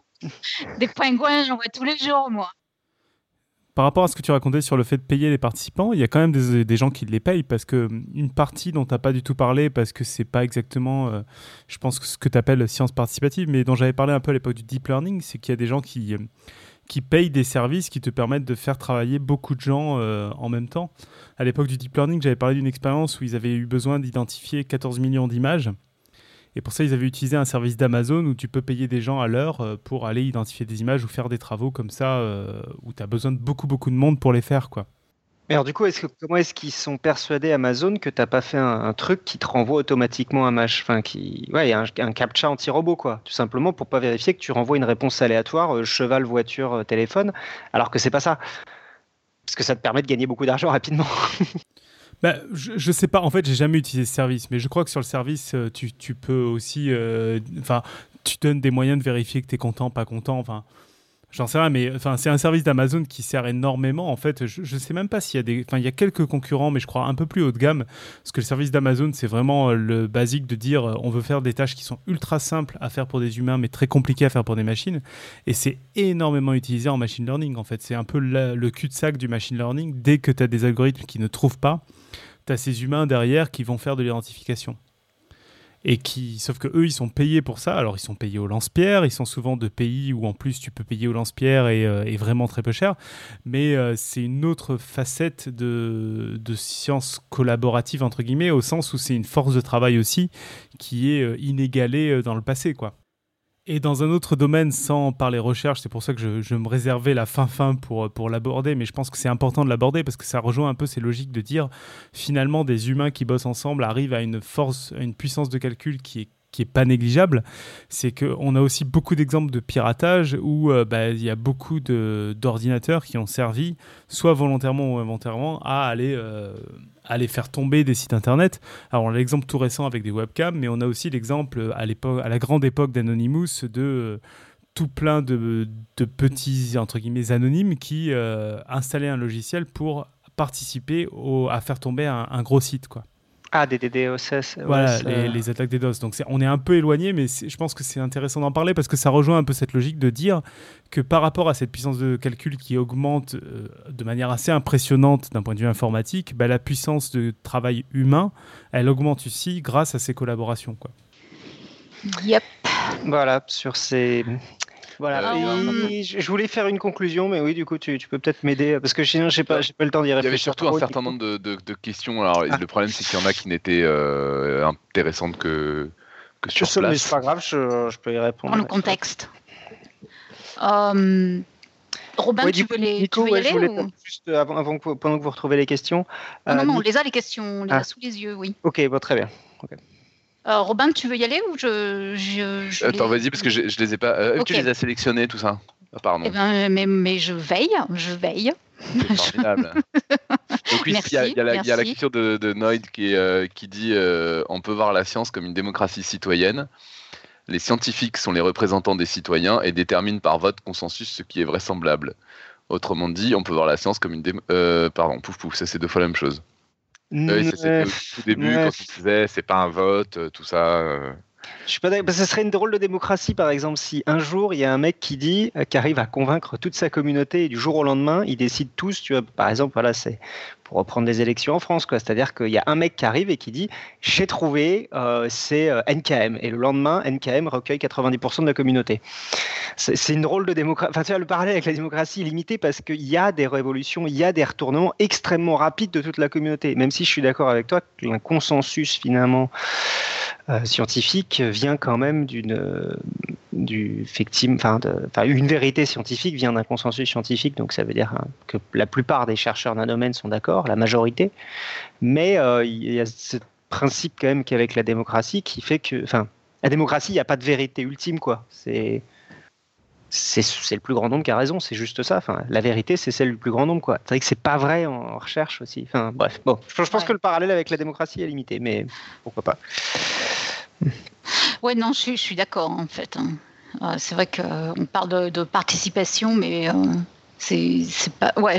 Des pingouins, j'en vois tous les jours, moi. Par rapport à ce que tu racontais sur le fait de payer les participants, il y a quand même des, des gens qui les payent parce que hum, une partie dont tu n'as pas du tout parlé, parce que c'est pas exactement, euh, je pense, que ce que tu appelles science participative, mais dont j'avais parlé un peu à l'époque du deep learning, c'est qu'il y a des gens qui, euh, qui payent des services qui te permettent de faire travailler beaucoup de gens euh, en même temps. À l'époque du deep learning, j'avais parlé d'une expérience où ils avaient eu besoin d'identifier quatorze millions d'images. Et pour ça, ils avaient utilisé un service d'Amazon où tu peux payer des gens à l'heure euh, pour aller identifier des images ou faire des travaux comme ça, euh, où tu as besoin de beaucoup, beaucoup de monde pour les faire, quoi. Mais alors, du coup, est-ce que, comment est-ce qu'ils sont persuadés, Amazon, que tu n'as pas fait un, un truc qui te renvoie automatiquement un match, enfin, qui, ouais, un, un captcha anti-robot, quoi, tout simplement pour pas vérifier que tu renvoies une réponse aléatoire, euh, cheval, voiture, euh, téléphone, alors que c'est pas ça. Parce que ça te permet de gagner beaucoup d'argent rapidement. Bah, je, je sais pas, en fait, j'ai jamais utilisé ce service, mais je crois que sur le service, euh, tu, tu peux aussi. Enfin, tu donnes des moyens de vérifier que tu es content, pas content. Enfin, j'en sais rien, mais enfin, c'est un service d'Amazon qui sert énormément. En fait, je, je sais même pas s'il y a des. Enfin, il y a quelques concurrents, mais je crois un peu plus haut de gamme. Parce que le service d'Amazon, c'est vraiment euh, le basique de dire euh, on veut faire des tâches qui sont ultra simples à faire pour des humains, mais très compliquées à faire pour des machines. Et c'est énormément utilisé en machine learning, en fait. C'est un peu la- le cul-de-sac du machine learning. Dès que tu as des algorithmes qui ne trouvent pas, tu as ces humains derrière qui vont faire de l'identification. Et qui, sauf que eux, ils sont payés pour ça. Alors, ils sont payés au lance-pierre. Ils sont souvent de pays où, en plus, tu peux payer au lance-pierre et, euh, et vraiment très peu cher. Mais euh, c'est une autre facette de, de science collaborative, entre guillemets, au sens où c'est une force de travail aussi qui est euh, inégalée euh, dans le passé, quoi. Et dans un autre domaine, sans parler recherche, c'est pour ça que je, je me réservais la fin-fin pour, pour l'aborder, mais je pense que c'est important de l'aborder parce que ça rejoint un peu ces logiques de dire finalement des humains qui bossent ensemble arrivent à une force, à une puissance de calcul qui est qui est pas négligeable. C'est qu'on a aussi beaucoup d'exemples de piratage où euh, bah, il y a beaucoup de, d'ordinateurs qui ont servi, soit volontairement ou involontairement, à aller, euh, à aller faire tomber des sites internet. Alors on a l'exemple tout récent avec des webcams, mais on a aussi l'exemple à, l'époque, à la grande époque d'Anonymous de euh, tout plein de, de petits entre guillemets anonymes qui euh, installaient un logiciel pour participer au, à faire tomber un, un gros site, quoi. Ah, des D DoS. Ouais, voilà, ça... les, les attaques des DOS. Donc c'est, on est un peu éloigné, mais c'est, je pense que c'est intéressant d'en parler parce que ça rejoint un peu cette logique de dire que par rapport à cette puissance de calcul qui augmente euh, de manière assez impressionnante d'un point de vue informatique, bah, la puissance de travail humain, elle augmente aussi grâce à ces collaborations, quoi. Yep. Voilà, sur ces... Voilà. Euh, Et je voulais faire une conclusion, mais oui, du coup, tu, tu peux peut-être m'aider parce que sinon, j'ai pas, j'ai pas le temps d'y Il y réfléchir. avait surtout un certain nombre de, de, de questions. Alors, ah. le problème, c'est qu'il y en a qui n'étaient euh, intéressantes que, que sur je place. Mais c'est pas grave, je, je peux y répondre. Dans le contexte. Euh, Robin, ouais, tu, coup, veux les, Nico, tu veux y ouais, aller je voulais ou... juste avant, avant que, pendant que vous retrouvez les questions. Non, euh, non, non, Nico... on les a les questions, on les ah. a sous les yeux, oui. Ok, bon, très bien. Okay. Euh, Robin, tu veux y aller ou je, je, je Attends, les... vas-y, parce que je, je les ai pas. Euh, okay. Tu les as sélectionnés, tout ça. Ah, pardon. Eh ben, mais, mais je veille, je veille. C'est formidable. Donc oui, Merci, il y a, il y a la, il y a la merci. question de, de Noyd qui, est, euh, qui dit euh, on peut voir la science comme une démocratie citoyenne. Les scientifiques sont les représentants des citoyens et déterminent par vote consensus ce qui est vraisemblable. Autrement dit, on peut voir la science comme une démo... euh, pardon, pouf pouf, ça c'est deux fois la même chose. Euh, oui, ça, c'était au tout début, ouais. quand on disait c'est pas un vote, euh, tout ça. euh. Je suis pas d'accord. Parce que ce serait une drôle de démocratie, par exemple, si un jour il y a un mec qui dit, euh, qui arrive à convaincre toute sa communauté et du jour au lendemain, ils décident tous, tu vois, par exemple, voilà, c'est pour reprendre des élections en France, quoi. C'est-à-dire qu'il y a un mec qui arrive et qui dit, j'ai trouvé, euh, c'est euh, N K M, et le lendemain, N K M recueille quatre-vingt-dix pour cent de la communauté. C'est, c'est une drôle de démocratie. Enfin, tu vois, le parallèle avec la démocratie est limité parce qu'il y a des révolutions, il y a des retournements extrêmement rapides de toute la communauté. Même si je suis d'accord avec toi, un consensus finalement Euh, scientifique vient quand même d'une euh, du effectivement, enfin, de, enfin, une vérité scientifique vient d'un consensus scientifique, donc ça veut dire hein, que la plupart des chercheurs d'un domaine sont d'accord, la majorité, mais euh, il y a ce principe quand même qu'avec la démocratie qui fait que, enfin, la démocratie, il n'y a pas de vérité ultime, quoi. C'est c'est, c'est le plus grand nombre qui a raison, c'est juste ça. Enfin, la vérité, c'est celle du plus grand nombre, quoi. C'est vrai que c'est pas vrai en recherche aussi. Enfin, bref, bon, je, je pense Ouais. que le parallèle avec la démocratie est limité, mais pourquoi pas. Ouais, non, je, suis- je suis d'accord en fait. hein. Euh, c'est vrai qu'on parle de, de participation, mais euh, c'est, c'est pas. Ouais.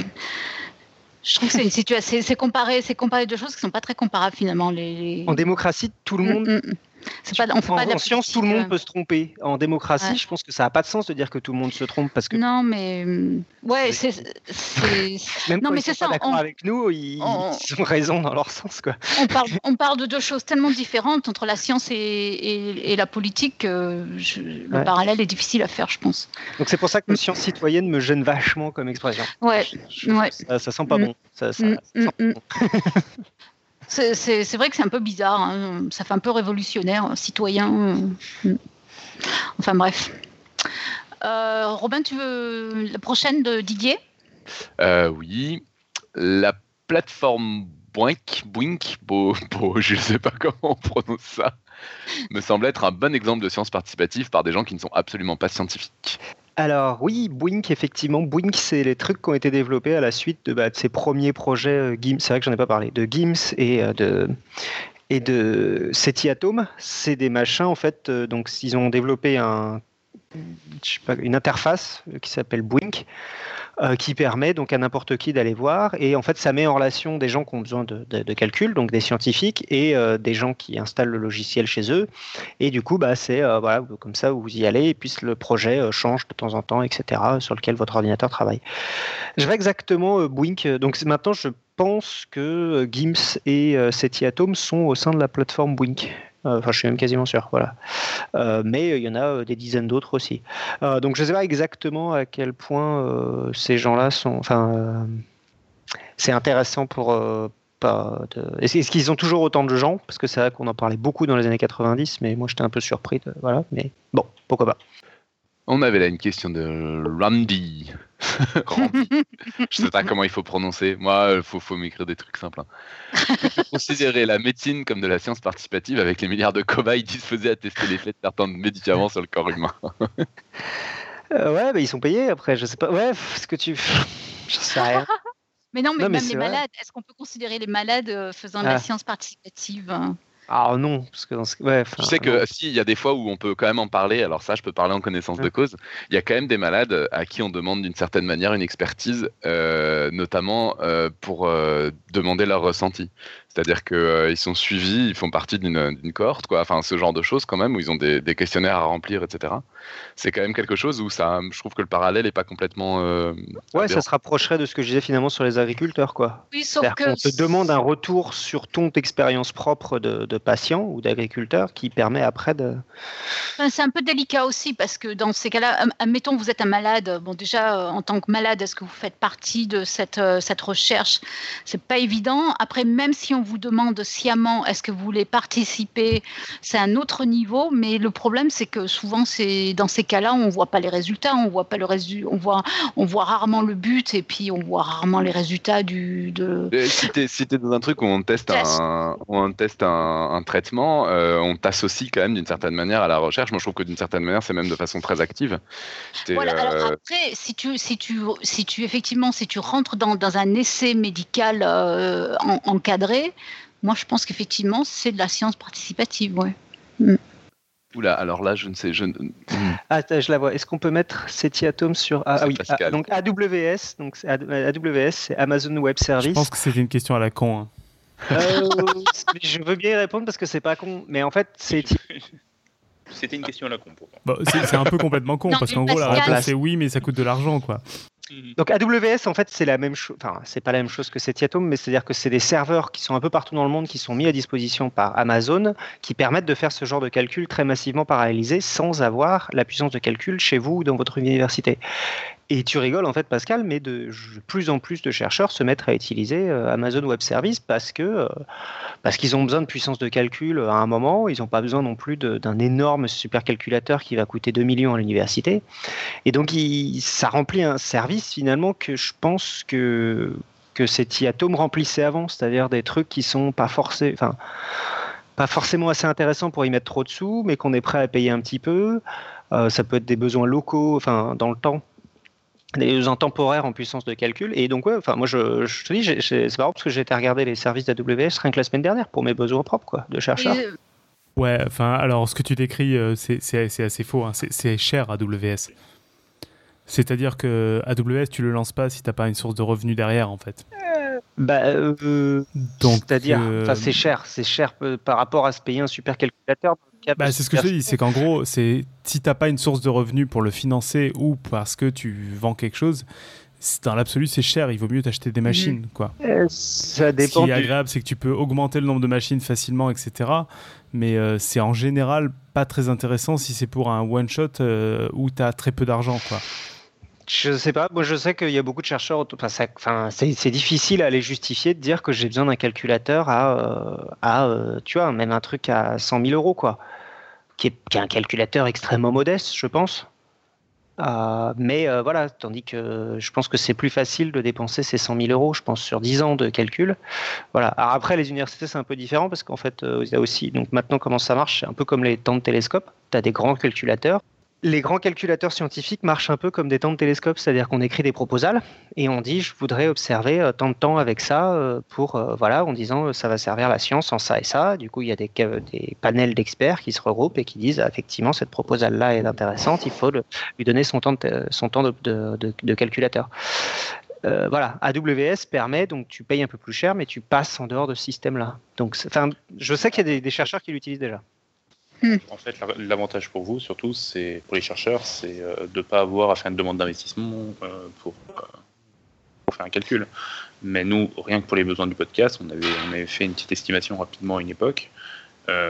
Je trouve que c'est une situation. C'est, c'est comparer, c'est comparer deux choses qui sont pas très comparables finalement. Les, les- En démocratie, tout le Mm, monde. mm, mm. C'est pas, on fait En, pas de la en science, tout le politique, monde euh, peut se tromper. En démocratie, Ouais. je pense que ça n'a pas de sens de dire que tout le monde se trompe parce que Non, mais hum, ouais, c'est, c'est, même non, quand mais ils sont c'est pas ça. d'accord On, avec nous, ils, on- ils ont raison dans leur sens, quoi. on parle, on parle de deux choses tellement différentes entre la science et, et, et la politique que je- le Ouais. parallèle est difficile à faire, je pense. Donc c'est pour ça que Mm. science citoyenne me gêne vachement comme expression. Ouais, Je- je trouve ouais. que Ça, ça sent pas Mm. bon. Ça, ça- Mm, ça sent mm, pas mm. C'est, c'est, c'est vrai que c'est un peu bizarre. hein. Ça fait un peu révolutionnaire, citoyen. euh, mm. Enfin bref. Euh, Robin, tu veux la prochaine de Didier? Euh, oui, la plateforme Boink, Boink, Bo, Bo, je ne sais pas comment on prononce ça, me semble être un bon exemple de science participative par des gens qui ne sont absolument pas scientifiques. Alors oui, Boink, effectivement, Boink, c'est les trucs qui ont été développés à la suite de, bah, de ces premiers projets euh, Gims, c'est vrai que j'en ai pas parlé, de Gims et euh, de et de SETI Atom. C'est des machins en fait, euh, donc ils ont développé un, je sais pas, une interface euh, qui s'appelle Boink, euh, qui permet donc à n'importe qui d'aller voir, et en fait ça met en relation des gens qui ont besoin de, de, de calcul, donc des scientifiques et euh, des gens qui installent le logiciel chez eux, et du coup bah c'est euh, voilà, comme ça vous y allez et puis le projet euh, change de temps en temps, etc., sur lequel votre ordinateur travaille. Je vais exactement euh, Boink, euh, donc c'est- maintenant je pense que euh, Gims et euh, SETI Atom sont au sein de la plateforme Boink. Euh, Enfin, je suis même quasiment sûr, voilà. Euh, mais euh, il y en a euh, des dizaines d'autres aussi. Euh, donc je ne sais pas exactement à quel point euh, ces gens-là sont. Enfin, euh, c'est intéressant pour. Euh, pas de... Est-ce est-ce qu'ils ont toujours autant de gens? Parce que c'est vrai qu'on en parlait beaucoup dans les années quatre-vingt-dix, mais moi j'étais un peu surpris. De... Voilà, mais bon, pourquoi pas. On avait là une question de Randy. Randy. Je sais pas comment il faut prononcer. Moi, il faut, faut m'écrire des trucs simples. Hein. Considérer la médecine comme de la science participative avec les milliards de cobayes disposés à tester l'effet de certains médicaments sur le corps humain. Euh, ouais, bah, ils sont payés après, je sais pas. Ouais, ce que tu. J'en sais rien. Mais non, mais Non, mais même c'est les vrai. malades, est-ce qu'on peut considérer les malades euh, faisant de Ah. la science participative hein Ah non, parce que dans ce... ouais, Tu enfin, sais que non. si, il y a des fois où on peut quand même en parler, alors ça, je peux parler en connaissance de Ouais. cause. Il y a quand même des malades à qui on demande d'une certaine manière une expertise, euh, notamment euh, pour euh, demander leur ressenti. C'est-à-dire qu'ils euh, sont suivis, ils font partie d'une d'une cohorte, quoi. Enfin, ce genre de choses quand même, où ils ont des, des questionnaires à remplir, et cetera. C'est quand même quelque chose où ça, je trouve que le parallèle n'est pas complètement... euh, Ouais, aberrant. ça se rapprocherait de ce que je disais finalement sur les agriculteurs, quoi. Oui, sauf C'est-à-dire que qu'on te demande un retour sur ton expérience propre de, de patient ou d'agriculteur qui permet après de... Enfin, c'est un peu délicat aussi parce que dans ces cas-là, am- admettons vous êtes un malade. Bon, déjà euh, en tant que malade, est-ce que vous faites partie de cette euh, cette recherche? C'est pas évident. Après, même si on vous demande sciemment est-ce que vous voulez participer, c'est un autre niveau, mais le problème c'est que souvent c'est dans ces cas-là on voit pas les résultats, on voit pas le résu- on voit on voit rarement le but et puis on voit rarement les résultats du de. Euh, Si t'es si t'es dans un truc où on teste Test. un, où on teste un, un traitement, euh, on t'associe quand même d'une certaine manière à la recherche. Moi, je trouve que d'une certaine manière, c'est même de façon très active. T'es, Voilà, alors euh, après, si tu, si tu, si tu effectivement, si tu rentres dans, dans un essai médical euh, en- encadré, moi je pense qu'effectivement c'est de la science participative, ouais. Oula, alors là, je ne sais, je ne- Ah, attends, je la vois. Est-ce qu'on peut mettre Cetiatom sur ah, C'est ah oui, Pascal. ah, donc A W S, donc c'est A W S, c'est Amazon Web Je Service. pense que c'était une question à la con. hein. Euh, je veux bien y répondre parce que c'est pas con, mais en fait, c'est C'était une question à la con pour moi. Bon, c'est c'est un peu complètement con Non, parce mais qu'en gros, la Pascal- réponse c'est oui, mais ça coûte de l'argent, quoi. Donc A W S en fait c'est la même chose, enfin c'est pas la même chose que Cetiatom, mais c'est-à-dire que c'est des serveurs qui sont un peu partout dans le monde qui sont mis à disposition par Amazon qui permettent de faire ce genre de calcul très massivement parallélisé sans avoir la puissance de calcul chez vous ou dans votre université. Et tu rigoles en fait Pascal, mais de plus en plus de chercheurs se mettent à utiliser euh, Amazon Web Service parce que euh, parce qu'ils ont besoin de puissance de calcul à un moment, ils n'ont pas besoin non plus de- d'un énorme supercalculateur qui va coûter deux millions à l'université. Et donc, il- ça remplit un service finalement que je pense que, que Cetiatom remplissait avant, c'est-à-dire des trucs qui sont pas forcés, enfin, pas forcément assez intéressants pour y mettre trop de sous, mais qu'on est prêt à payer un petit peu. Euh, ça peut être des besoins locaux, enfin, dans le temps, des besoins temporaires en puissance de calcul. Et donc, ouais, enfin, moi, je, je te dis, j'ai- j'ai- c'est marrant parce que j'ai été regarder les services d'A W S rien que la semaine dernière pour mes besoins propres, quoi, de chercheurs. Et, euh, Ouais, enfin, alors ce que tu décris, euh, c'est c'est- c'est assez faux. hein. C'est c'est cher A W S. C'est-à-dire que A W S, tu le lances pas si t'as pas une source de revenus derrière, en fait. Bah, euh, Donc, c'est-à-dire, euh, enfin, c'est cher, c'est cher euh, par rapport à se payer un supercalculateur. Bah, c'est ce que je te dis, c'est qu'en gros, c'est si t'as pas une source de revenus pour le financer ou parce que tu vends quelque chose, c'est- dans l'absolu, c'est cher. Il vaut mieux t'acheter des machines, quoi. Euh, Ça Ce dépend. qui est du- agréable, c'est que tu peux augmenter le nombre de machines facilement, et cetera. Mais euh, c'est en général pas très intéressant si c'est pour un one-shot euh, où tu as très peu d'argent, quoi. Je sais pas. Moi, je sais qu'il y a beaucoup de chercheurs. auto- Enfin, ça- enfin, c'est c'est difficile à les justifier de dire que j'ai besoin d'un calculateur à, euh, à euh, tu vois, même un truc à cent mille euros, quoi. Qui est, qui est un calculateur extrêmement modeste, je pense. Euh, mais euh, voilà, tandis que je pense que c'est plus facile de dépenser ces cent mille euros, je pense, sur dix ans de calcul. Voilà. Alors après, les universités, c'est un peu différent parce qu'en fait, euh, il y a aussi. Donc maintenant, comment ça marche? C'est un peu comme les temps de télescope. Tu as des grands calculateurs. Les grands calculateurs scientifiques marchent un peu comme des temps de télescope, c'est-à-dire qu'on écrit des proposals et on dit je voudrais observer euh, tant de temps avec ça euh, pour euh, voilà en disant euh, ça va servir la science en ça et ça. Du coup, il y a des, ca- des panels d'experts qui se regroupent et qui disent ah, effectivement cette proposal-là est intéressante, il faut le- lui donner son temps de, son temps de, de- de- de calculateur. Euh, voilà, A W S permet donc tu payes un peu plus cher, mais tu passes en dehors de ce système-là. Donc, c'est- enfin, je sais qu'il y a des, des chercheurs qui l'utilisent déjà. En fait, la- l'avantage pour vous, surtout, c'est pour les chercheurs, c'est euh, de ne pas avoir à faire une demande d'investissement euh, pour, euh, pour faire un calcul. Mais nous, rien que pour les besoins du podcast, on avait, on avait fait une petite estimation rapidement à une époque. Euh,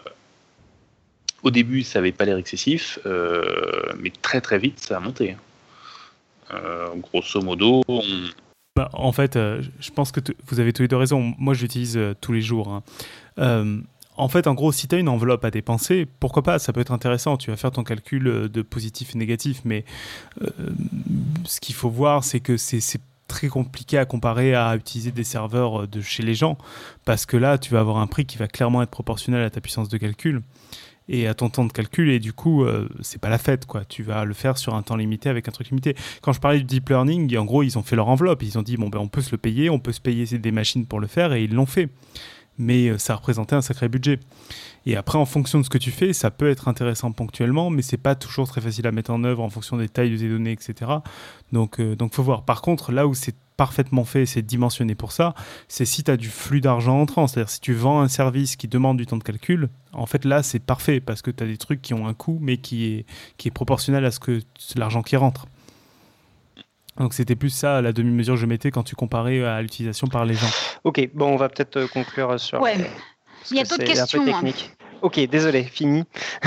au début, ça n'avait pas l'air excessif, euh, mais très très vite, ça a monté. Euh, grosso modo, on... Bah, en fait, euh, je pense que t- vous avez tous les deux raison. Moi, je l'utilise euh, tous les jours. hein. Euh, en fait, en gros, si tu as une enveloppe à dépenser, pourquoi pas, ça peut être intéressant. Tu vas faire ton calcul euh, de positif et négatif, mais euh, ce qu'il faut voir, c'est que c'est c'est très compliqué à comparer à utiliser des serveurs euh, de chez les gens, parce que là, tu vas avoir un prix qui va clairement être proportionnel à ta puissance de calcul et à ton temps de calcul, et du coup, euh, c'est pas la fête, quoi. Tu vas le faire sur un temps limité avec un truc limité. Quand je parlais du deep learning, en gros, ils ont fait leur enveloppe. Ils ont dit, bon, ben, on peut se le payer, on peut se payer des machines pour le faire, et ils l'ont fait. Mais euh, ça représentait un sacré budget. Et après, en fonction de ce que tu fais, ça peut être intéressant ponctuellement, mais c'est pas toujours très facile à mettre en œuvre en fonction des tailles des données, et cetera. Donc, euh, donc faut voir. Par contre, là où c'est parfaitement fait, c'est dimensionné pour ça, c'est si tu as du flux d'argent entrant. C'est-à-dire si tu vends un service qui demande du temps de calcul, en fait là c'est parfait parce que tu as des trucs qui ont un coût mais qui est, qui est proportionnel à ce que l'argent qui rentre. Donc c'était plus ça la demi-mesure que je mettais quand tu comparais à l'utilisation par les gens. Ok, bon, on va peut-être euh, conclure sur. Ouais. parce Il y a que d'autres c'est un peu questions, hein. technique. Ok, désolé, fini.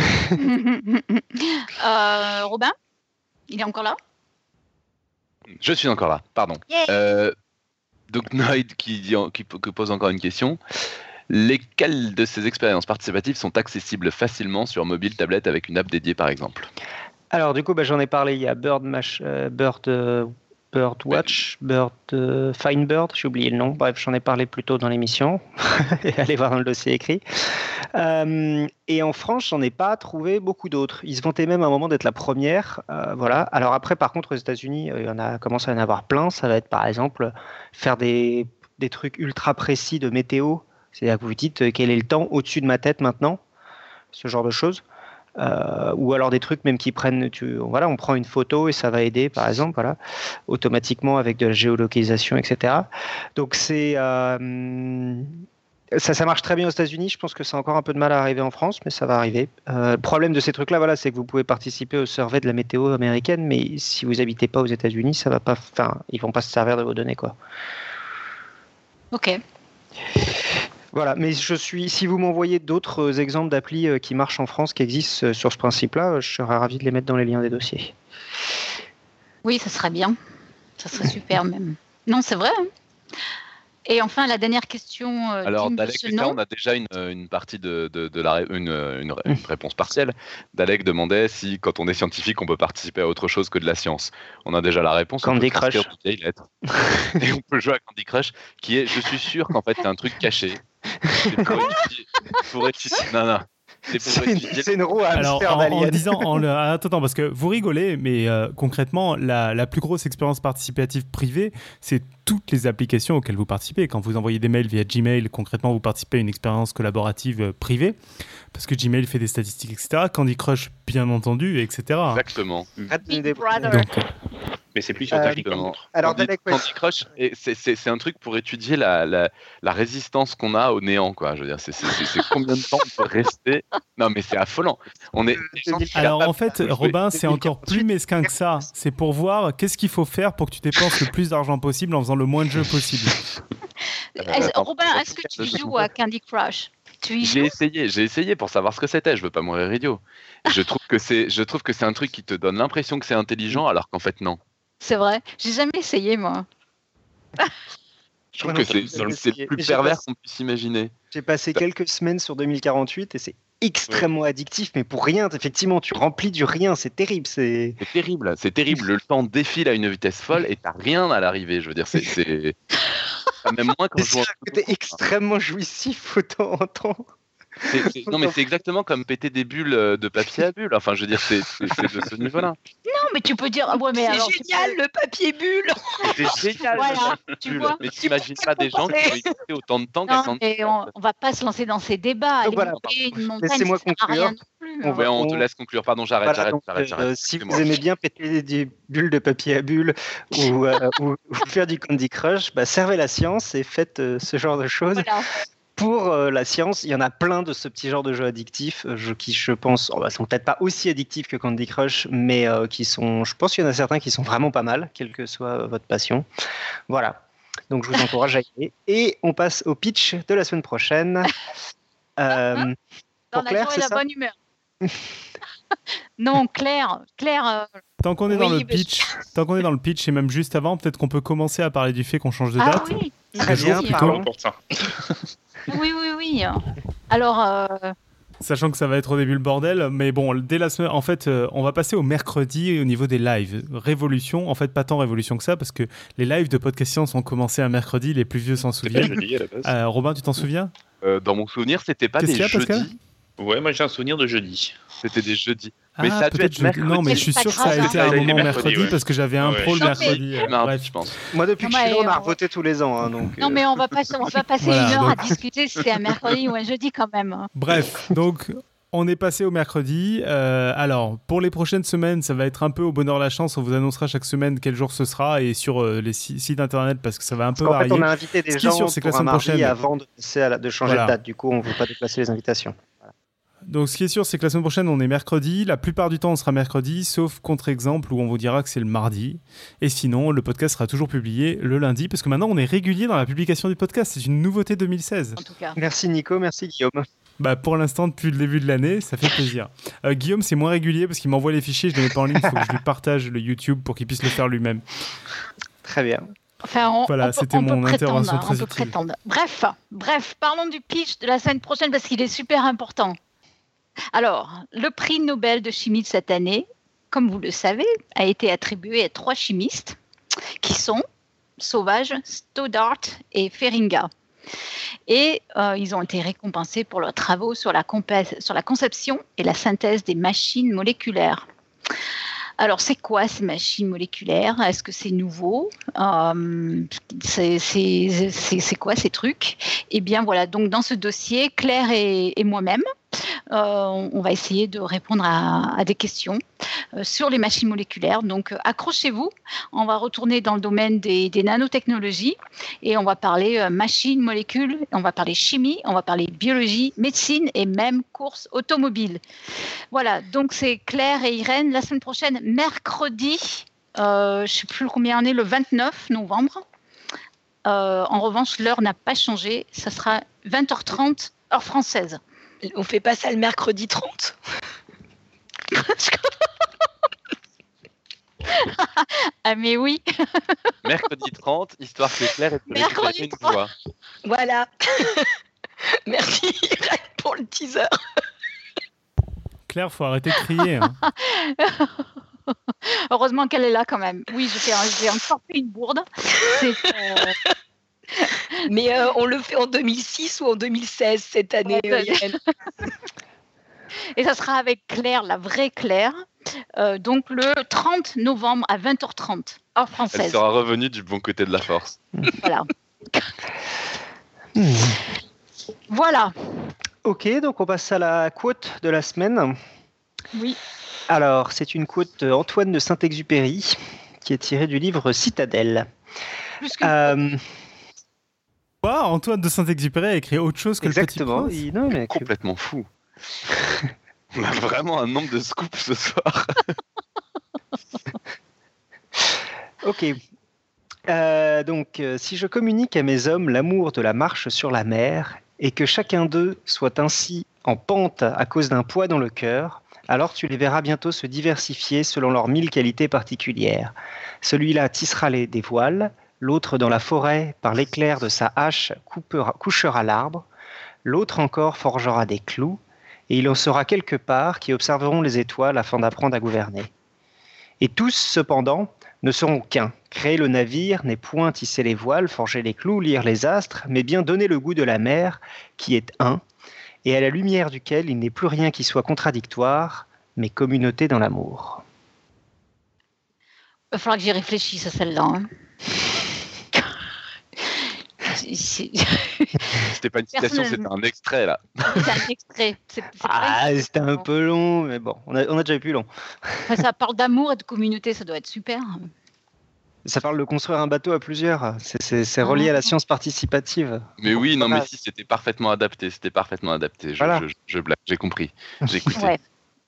Euh, Robin, il est encore là? Je suis encore là, pardon. Yeah. Euh, Donc Noid qui, dit, qui pose encore une question. Lesquelles de ces expériences participatives sont accessibles facilement sur mobile, tablette avec une app dédiée par exemple? Alors du coup, bah, j'en ai parlé, il y a Bird, Mash, euh, Bird, euh, Birdwatch, Bird, euh, Finebird, j'ai oublié le nom, bref, j'en ai parlé plus tôt dans l'émission, allez voir dans le dossier écrit. Euh, et en France, j'en ai pas trouvé beaucoup d'autres. Ils se vantaient même à un moment d'être la première. Euh, voilà. Alors après, par contre, aux États-Unis, il y en a commencé à y en avoir plein. Ça va être par exemple faire des, des trucs ultra précis de météo. C'est-à-dire que vous dites euh, quel est le temps au-dessus de ma tête maintenant, ce genre de choses. Euh, ou alors des trucs même qui prennent, tu, voilà, on prend une photo et ça va aider, par exemple, voilà, automatiquement avec de la géolocalisation, et cetera. Donc c'est euh, ça, ça marche très bien aux États-Unis. Je pense que c'est encore un peu de mal à arriver en France, mais ça va arriver. Euh, le problème de ces trucs-là, voilà, c'est que vous pouvez participer au survey de la météo américaine, mais si vous habitez pas aux États-Unis, ça va pas, enfin, ils vont pas se servir de vos données, quoi. Ok. Voilà, mais je suis. Si vous m'envoyez d'autres exemples d'applis qui marchent en France, qui existent sur ce principe-là, je serais ravi de les mettre dans les liens des dossiers. Oui, ça serait bien. Ça serait super même. Non, c'est vrai. Hein. Et enfin, la dernière question. Euh, Alors, Dalek, ça, on a déjà une, une partie de, de, de la une, une, une réponse partielle. Dalek demandait si, quand on est scientifique, on peut participer à autre chose que de la science. On a déjà la réponse. Candy Crush. Et on peut jouer à Candy Crush, qui est, je suis sûr qu'en fait, c'est un truc caché. C'est pour étudier, pour étudier. Non, non. C'est une, c'est une roue à Alors, en, en disant, en le, attends, attends, parce que vous rigolez, mais euh, concrètement, la, la plus grosse expérience participative privée, c'est toutes les applications auxquelles vous participez. Quand vous envoyez des mails via Gmail, concrètement, vous participez à une expérience collaborative euh, privée, parce que Gmail fait des statistiques, et cetera. Candy Crush, bien entendu, et cetera. Exactement. Donc, mais c'est plus scientifique. Euh, alors, Candy, Candy Crush, et c'est, c'est, c'est un truc pour étudier la, la, la résistance qu'on a au néant, quoi. Je veux dire, c'est, c'est, c'est, c'est combien de temps on peut rester. Non, mais c'est affolant. On est. Alors en fait, Robin, c'est encore plus mesquin que ça. C'est pour voir qu'est-ce qu'il faut faire pour que tu dépenses le plus d'argent possible en faisant le moins de jeux possible. Est-ce, Robin, est-ce que tu joues à Candy Crush? Tu y j'ai joues essayé, j'ai essayé pour savoir ce que c'était. Je veux pas mourir idiot. Je trouve que c'est, je trouve que c'est un truc qui te donne l'impression que c'est intelligent, alors qu'en fait non. C'est vrai. J'ai jamais essayé moi. Je trouve que c'est, c'est, c'est le plus pervers qu'on puisse imaginer. J'ai passé quelques semaines sur deux mille quarante-huit et c'est extrêmement ouais. addictif, mais pour rien. Effectivement, tu remplis du rien, c'est terrible. C'est, c'est terrible, c'est terrible. Le temps défile à une vitesse folle et t'as rien à l'arrivée. Je veux dire, c'est, c'est... Enfin, même moins quand c'est je joue. C'était extrêmement jouissif au temps en temps. C'est, c'est, non, mais c'est exactement comme péter des bulles de papier à bulles. Enfin, je veux dire, c'est, c'est, c'est de ce niveau-là. Non, mais tu peux dire. Ouais, mais c'est alors, génial peux... le papier bulle. C'est génial. Voilà, tu vois. Mais t'imagines pas des gens qui ont écouté autant de temps non, mais on, on va pas se lancer dans ces débats. Donc, voilà, une montagne, laissez-moi ça sert à conclure. rien non plus. On, va, on te laisse conclure. Pardon, j'arrête, voilà, j'arrête, donc, j'arrête, euh, j'arrête. Si vous aimez bien péter des bulles de papier à bulles ou, euh, ou, ou faire du Candy Crush, bah, servez la science et faites euh, ce genre de choses. Voilà. Pour euh, la science, il y en a plein de ce petit genre de jeux addictifs, euh, je, qui je pense, oh, bah, sont peut-être pas aussi addictifs que Candy Crush, mais euh, qui sont, je pense qu'il y en a certains qui sont vraiment pas mal, quelle que soit euh, votre passion. Voilà. Donc je vous encourage à y aller. Et on passe au pitch de la semaine prochaine. Euh, Dans pour la Claire, joie et c'est la ça bonne humeur. Non, Claire, Claire. Euh... Tant qu'on est Oui, dans le mais pitch, je... tant qu'on est dans le pitch et même juste avant, peut-être qu'on peut commencer à parler du fait qu'on change de Ah date. oui. Très bien, pardon. Oui, oui, oui. Alors. Euh... Sachant que ça va être au début le bordel, mais bon, dès la semaine, en fait, euh, on va passer au mercredi au niveau des lives. Révolution, en fait, pas tant révolution que ça, parce que les lives de Podcast Science ont commencé un mercredi, les plus vieux s'en souviennent. C'était jeudi à la base. Euh, Robin, tu t'en souviens ? euh, Dans mon souvenir, c'était pas Qu'est-ce des jeudis. Ouais, moi j'ai un souvenir de jeudi. C'était des jeudis. Ah, mais ça a dû être je... mercredi. Non, mais je suis sûr que ça a été à un moment mercredi, ouais. Parce que j'avais un ouais. pro le Non, mercredi. mais... Euh, non, bref, je pense. Moi, depuis non, que je suis là, on a on... revoté tous les ans. Hein, donc, non, euh... mais on va, pas, on va passer voilà, une heure donc... à discuter si c'est un mercredi ou un jeudi quand même. Bref, donc... On est passé au mercredi. Euh, alors, pour les prochaines semaines, ça va être un peu au bonheur la chance. On vous annoncera chaque semaine quel jour ce sera et sur euh, les sites internet parce que ça va un peu varier. En fait, on a invité des gens sûr, c'est pour que la un mardi prochaine... avant de, la, de changer voilà. de date. Du coup, on ne veut pas déplacer les invitations. Voilà. Donc, ce qui est sûr, c'est que la semaine prochaine, on est mercredi. La plupart du temps, on sera mercredi, sauf contre-exemple où on vous dira que c'est le mardi. Et sinon, le podcast sera toujours publié le lundi parce que maintenant, on est régulier dans la publication du podcast. C'est une nouveauté deux mille seize. En tout cas. Merci Nico, merci Guillaume. Bah pour l'instant, depuis le début de l'année, ça fait plaisir. Euh, Guillaume, c'est moins régulier parce qu'il m'envoie les fichiers, je ne les mets pas en ligne, il faut que je lui partage le YouTube pour qu'il puisse le faire lui-même. Très bien. Enfin, on, Voilà, on peut, c'était on peut mon prétendre, intervention hein, très on peut utile. prétendre. Bref, bref, parlons du pitch de la semaine prochaine parce qu'il est super important. Alors, le prix Nobel de chimie de cette année, comme vous le savez, a été attribué à trois chimistes qui sont Sauvage, Stoddart et Feringa. Et euh, ils ont été récompensés pour leurs travaux sur la, compa- sur la conception et la synthèse des machines moléculaires. Alors, c'est quoi ces machines moléculaires? Est-ce que c'est nouveau? euh, c'est, c'est, c'est, c'est quoi ces trucs? Eh bien, voilà, donc dans ce dossier, Claire et, et moi-même, euh, on va essayer de répondre à, à des questions euh, sur les machines moléculaires. Donc, euh, accrochez-vous, on va retourner dans le domaine des, des nanotechnologies et on va parler euh, machines, molécules, on va parler chimie, on va parler biologie, médecine et même course automobile. Voilà, donc c'est Claire et Irène. La semaine prochaine, mercredi, euh, je ne sais plus combien on est, le vingt-neuf novembre. Euh, en revanche, l'heure n'a pas changé. Ça sera vingt heures trente, heure française. On fait pas ça le mercredi trente? Ah mais oui. Mercredi trente, histoire que Claire ait pu récupérer Mercredi une trente. voix. Voilà. Merci Irène pour le teaser. Claire, faut arrêter de crier. Hein. Heureusement qu'elle est là quand même. Oui, je fais un- j'ai encore fait une bourde. C'est, euh, Mais euh, on le fait en deux mille six ou en deux mille seize cette année, Ouais, euh, Irène? Et ça sera avec Claire, la vraie Claire. Euh, donc le trente novembre à vingt heures trente, heure Elle française. sera revenue du bon côté de la force. Voilà. Voilà. Ok, donc on passe à la quote de la semaine. Oui. Alors, c'est une quote d'Antoine de Saint-Exupéry qui est tirée du livre Citadelle. Plus que Euh, Quoi, Antoine de Saint-Exupéry a écrit autre chose que exactement. le Petit Prince. Il, non, il a écrit- Complètement fou. On a vraiment un nombre de scoops ce soir. Ok. Euh, donc, euh, si je communique à mes hommes l'amour de la marche sur la mer, et que chacun d'eux soit ainsi en pente à cause d'un poids dans le cœur, alors tu les verras bientôt se diversifier selon leurs mille qualités particulières. Celui-là tissera les, des voiles, l'autre dans la forêt, par l'éclair de sa hache, coupera, couchera l'arbre, l'autre encore forgera des clous, et il en sera quelque part qui observeront les étoiles afin d'apprendre à gouverner. Et tous, cependant, ne seront qu'un. Créer le navire n'est point tisser les voiles, forger les clous, lire les astres, mais bien donner le goût de la mer, qui est un, et à la lumière duquel il n'est plus rien qui soit contradictoire, mais communauté dans l'amour. Il va falloir que j'y réfléchisse à celle-là. Hein. C'est- c'est C'était pas une citation, c'était un extrait là. c'est un extrait. C'est- c'est pas Ah, une c'était un citation. peu long, mais bon, on a, on a déjà eu plus long. Enfin, ça parle d'amour et de communauté, ça doit être super. Ça parle de construire un bateau à plusieurs. C'est, c'est, c'est relié à la science participative. Mais oui, non, mais Voilà. si, c'était parfaitement adapté. C'était parfaitement adapté. Je, Voilà. je, je blague, j'ai compris. J'ai écouté. Ouais.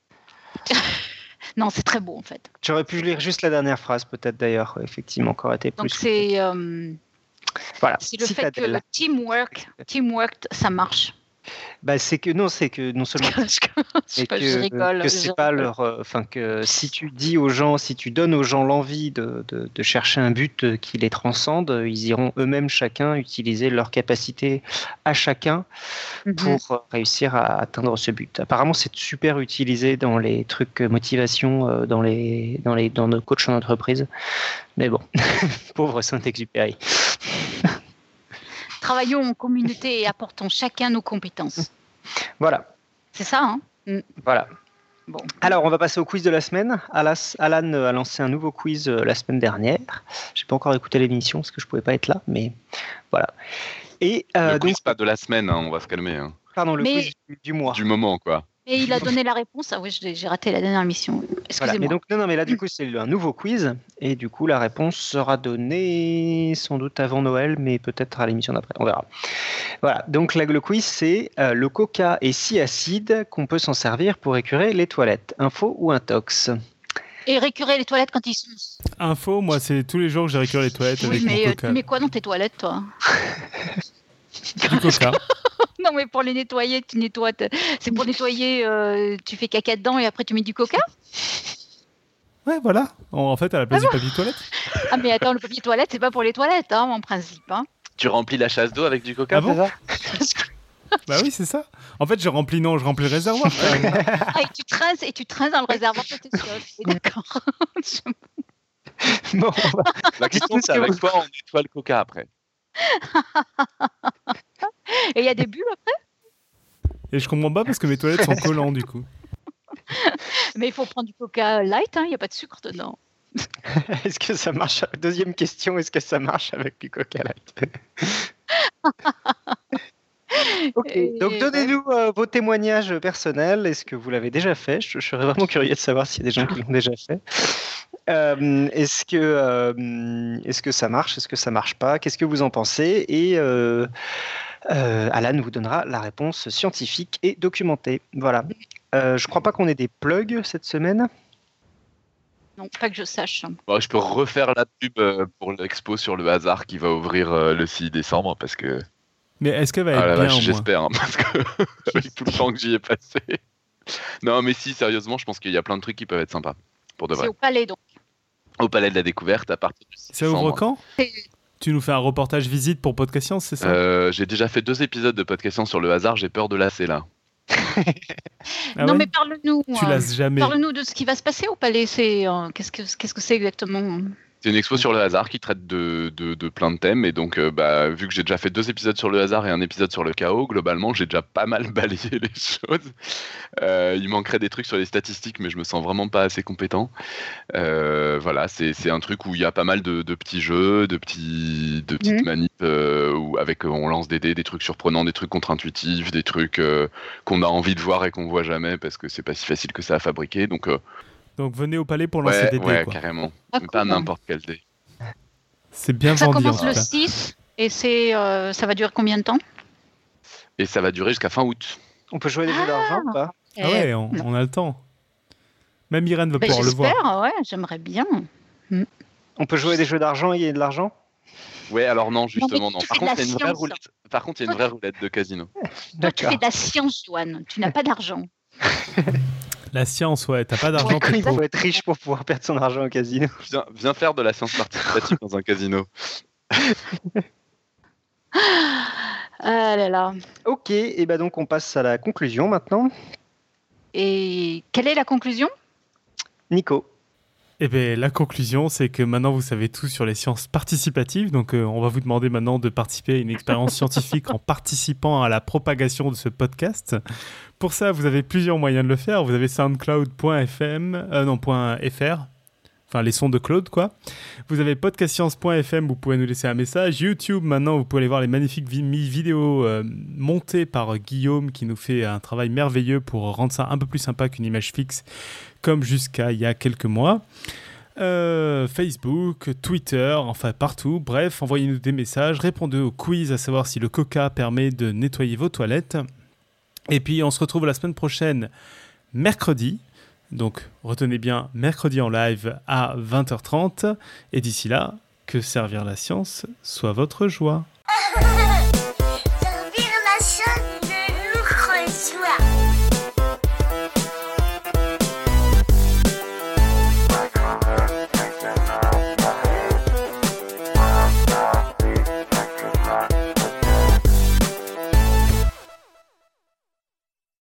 Non, c'est très beau en fait. J'aurais pu lire juste la dernière phrase, peut-être d'ailleurs, effectivement, qui aurait été plus. Donc c'est, euh, Voilà. c'est le fait que Citadelle. le teamwork, teamwork, ça marche. Bah, c'est que non, c'est que non seulement je, et je que, rigole. que je c'est pas rigole. leur, euh, enfin que si tu dis aux gens, si tu donnes aux gens l'envie de, de, de chercher un but euh, qui les transcende, euh, ils iront eux-mêmes chacun utiliser leur capacité à chacun Mhm. pour euh, réussir à atteindre ce but. Apparemment, c'est super utilisé dans les trucs euh, motivation, euh, dans les dans les dans nos coachs en entreprise. Mais bon, pauvre Saint-Exupéry. Travaillons en communauté et apportons chacun nos compétences. Voilà. C'est ça, hein? Voilà. Bon. Alors, on va passer au quiz de la semaine. Alas, Alan a lancé un nouveau quiz euh, la semaine dernière. J'ai pas encore écouté l'émission parce que je pouvais pas être là, mais voilà. Et euh, Le donc, quiz, pas de la semaine, hein, on va se calmer. Hein. pardon, le Mais- quiz du, du mois. Du moment, quoi. Et il a donné la réponse. Ah oui, je l'ai- j'ai raté la dernière émission. Voilà. Excusez-moi. Mais donc, non, non, mais là, du coup, c'est un nouveau quiz. Et du coup, la réponse sera donnée sans doute avant Noël, mais peut-être à l'émission d'après. On verra. Voilà. Donc, là, le quiz, c'est euh, le coca est si acide qu'on peut s'en servir pour écurer les toilettes. Info ou intox? Et récurer les toilettes quand ils sont. Info, moi, c'est tous les jours que j'ai récuré les toilettes Oui, avec mais mon euh, coca. tu mets quoi dans tes toilettes, toi? Du coca. Non, mais pour les nettoyer, tu nettoies. t- C'est pour nettoyer, euh, tu fais caca dedans et après tu mets du coca? Ouais, voilà. En, en fait, à la place Ah du papier toilette. Ah, mais attends, le papier toilette, c'est pas pour les toilettes, hein, en principe. Hein. Tu remplis la chasse d'eau avec du coca, Ah bon c'est ça? Bah oui, c'est ça. En fait, je remplis, non, je remplis le réservoir. quand même. Ah, et tu traînes, et tu traînes dans le réservoir de tes chiottes. Oui, d'accord. Bon, on va- La question, Dites-nous c'est ce que avec vous- quoi on nettoie le coca après. Et il y a des bulles, Et je comprends pas parce que mes toilettes sont collants du coup. mais il faut prendre du coca light, hein, il n'y a pas de sucre dedans. Est-ce que ça marche Deuxième question, est-ce que ça marche avec du Coca Light? Ok. Et- Donc donnez-nous euh, vos témoignages personnels. Est-ce que vous l'avez déjà fait? je, je serais vraiment curieux de savoir s'il y a des gens qui l'ont déjà fait. Euh, est-ce que euh, est-ce que ça marche? Est-ce que ça marche pas? Qu'est-ce que vous en pensez? Et euh, euh, Alan vous donnera la réponse scientifique et documentée. Voilà. Euh, je crois pas qu'on ait des plugs cette semaine. Non, pas que je sache. Bon, je peux refaire la pub euh, pour l'expo sur le hasard qui va ouvrir euh, le six décembre parce que Mais est-ce qu'elle va être ah la bien vache, au moins j'espère hein, parce que avec tout le temps que j'y ai passé. Non mais si sérieusement, je pense qu'il y a plein de trucs qui peuvent être sympas pour de C'est vrai. au palais, donc. Au Palais de la Découverte à partir du six Ça ouvre décembre. quand? C'est- Tu nous fais un reportage visite pour Podcast Science, c'est ça? Euh, J'ai déjà fait deux épisodes de podcast Science sur le hasard. J'ai peur de lasser là. Ah non, ouais mais parle-nous. Tu euh, lasses jamais. Parle-nous de ce qui va se passer au palais. C'est euh, qu'est-ce que qu'est-ce que c'est exactement? C'est une expo sur le hasard qui traite de, de, de plein de thèmes et donc euh, bah, vu que j'ai déjà fait deux épisodes sur le hasard et un épisode sur le chaos, globalement j'ai déjà pas mal balayé les choses. Euh, il manquerait des trucs sur les statistiques mais je me sens vraiment pas assez compétent. Euh, voilà, c'est c'est un truc où il y a pas mal de, de petits jeux, de, petits, de petites Mhm. manips euh, où avec on lance des dés, des trucs surprenants, des trucs contre-intuitifs, des trucs euh, qu'on a envie de voir et qu'on voit jamais parce que c'est pas si facile que ça à fabriquer. Donc euh, Donc venez au palais pour lancer ouais, des dés. ouais quoi. carrément. Ah, Mais pas cool. n'importe quel dé. C'est bien Ça vendu en commence tout le cas. six et c'est euh, ça va durer combien de temps? Et ça va durer jusqu'à fin août. On peut jouer des jeux d'argent ou pas? Ah ouais, on, on a le temps. Même Irène va Ben, pouvoir le voir. j'espère, ouais, j'aimerais bien. On peut jouer des jeux d'argent et gagner de l'argent? Ouais, alors non, justement, tu non. fais Par de contre, la il y a une vraie science. roulette. Par contre, il y a une vraie roulette de casino. Toi, tu D'accord. fais de la science, Joanne. Tu n'as pas d'argent. La science, ouais, t'as pas d'argent, Ouais, t'es Il pauvre. faut être riche pour pouvoir perdre son argent au casino. Viens, viens faire de la science participative dans un casino. Ah là là. Ok, et ben donc on passe à la conclusion maintenant. Et quelle est la conclusion? Nico. Eh bien, la conclusion, c'est que maintenant vous savez tout sur les sciences participatives. Donc, euh, on va vous demander maintenant de participer à une expérience scientifique en participant à la propagation de ce podcast. Pour ça, vous avez plusieurs moyens de le faire. Vous avez soundcloud point f m, euh, non, .fr, enfin les sons de Claude, quoi. Vous avez podcastscience point f m, vous pouvez nous laisser un message. YouTube, maintenant, vous pouvez aller voir les magnifiques vi- vidéos euh, montées par Guillaume, qui nous fait un travail merveilleux pour rendre ça un peu plus sympa qu'une image fixe, comme jusqu'à il y a quelques mois. Euh, Facebook, Twitter, enfin partout. Bref, envoyez-nous des messages, répondez au quiz à savoir si le coca permet de nettoyer vos toilettes. Et puis, on se retrouve la semaine prochaine, mercredi. Donc, retenez bien, mercredi en live à vingt heures trente. Et d'ici là, que servir la science soit votre joie.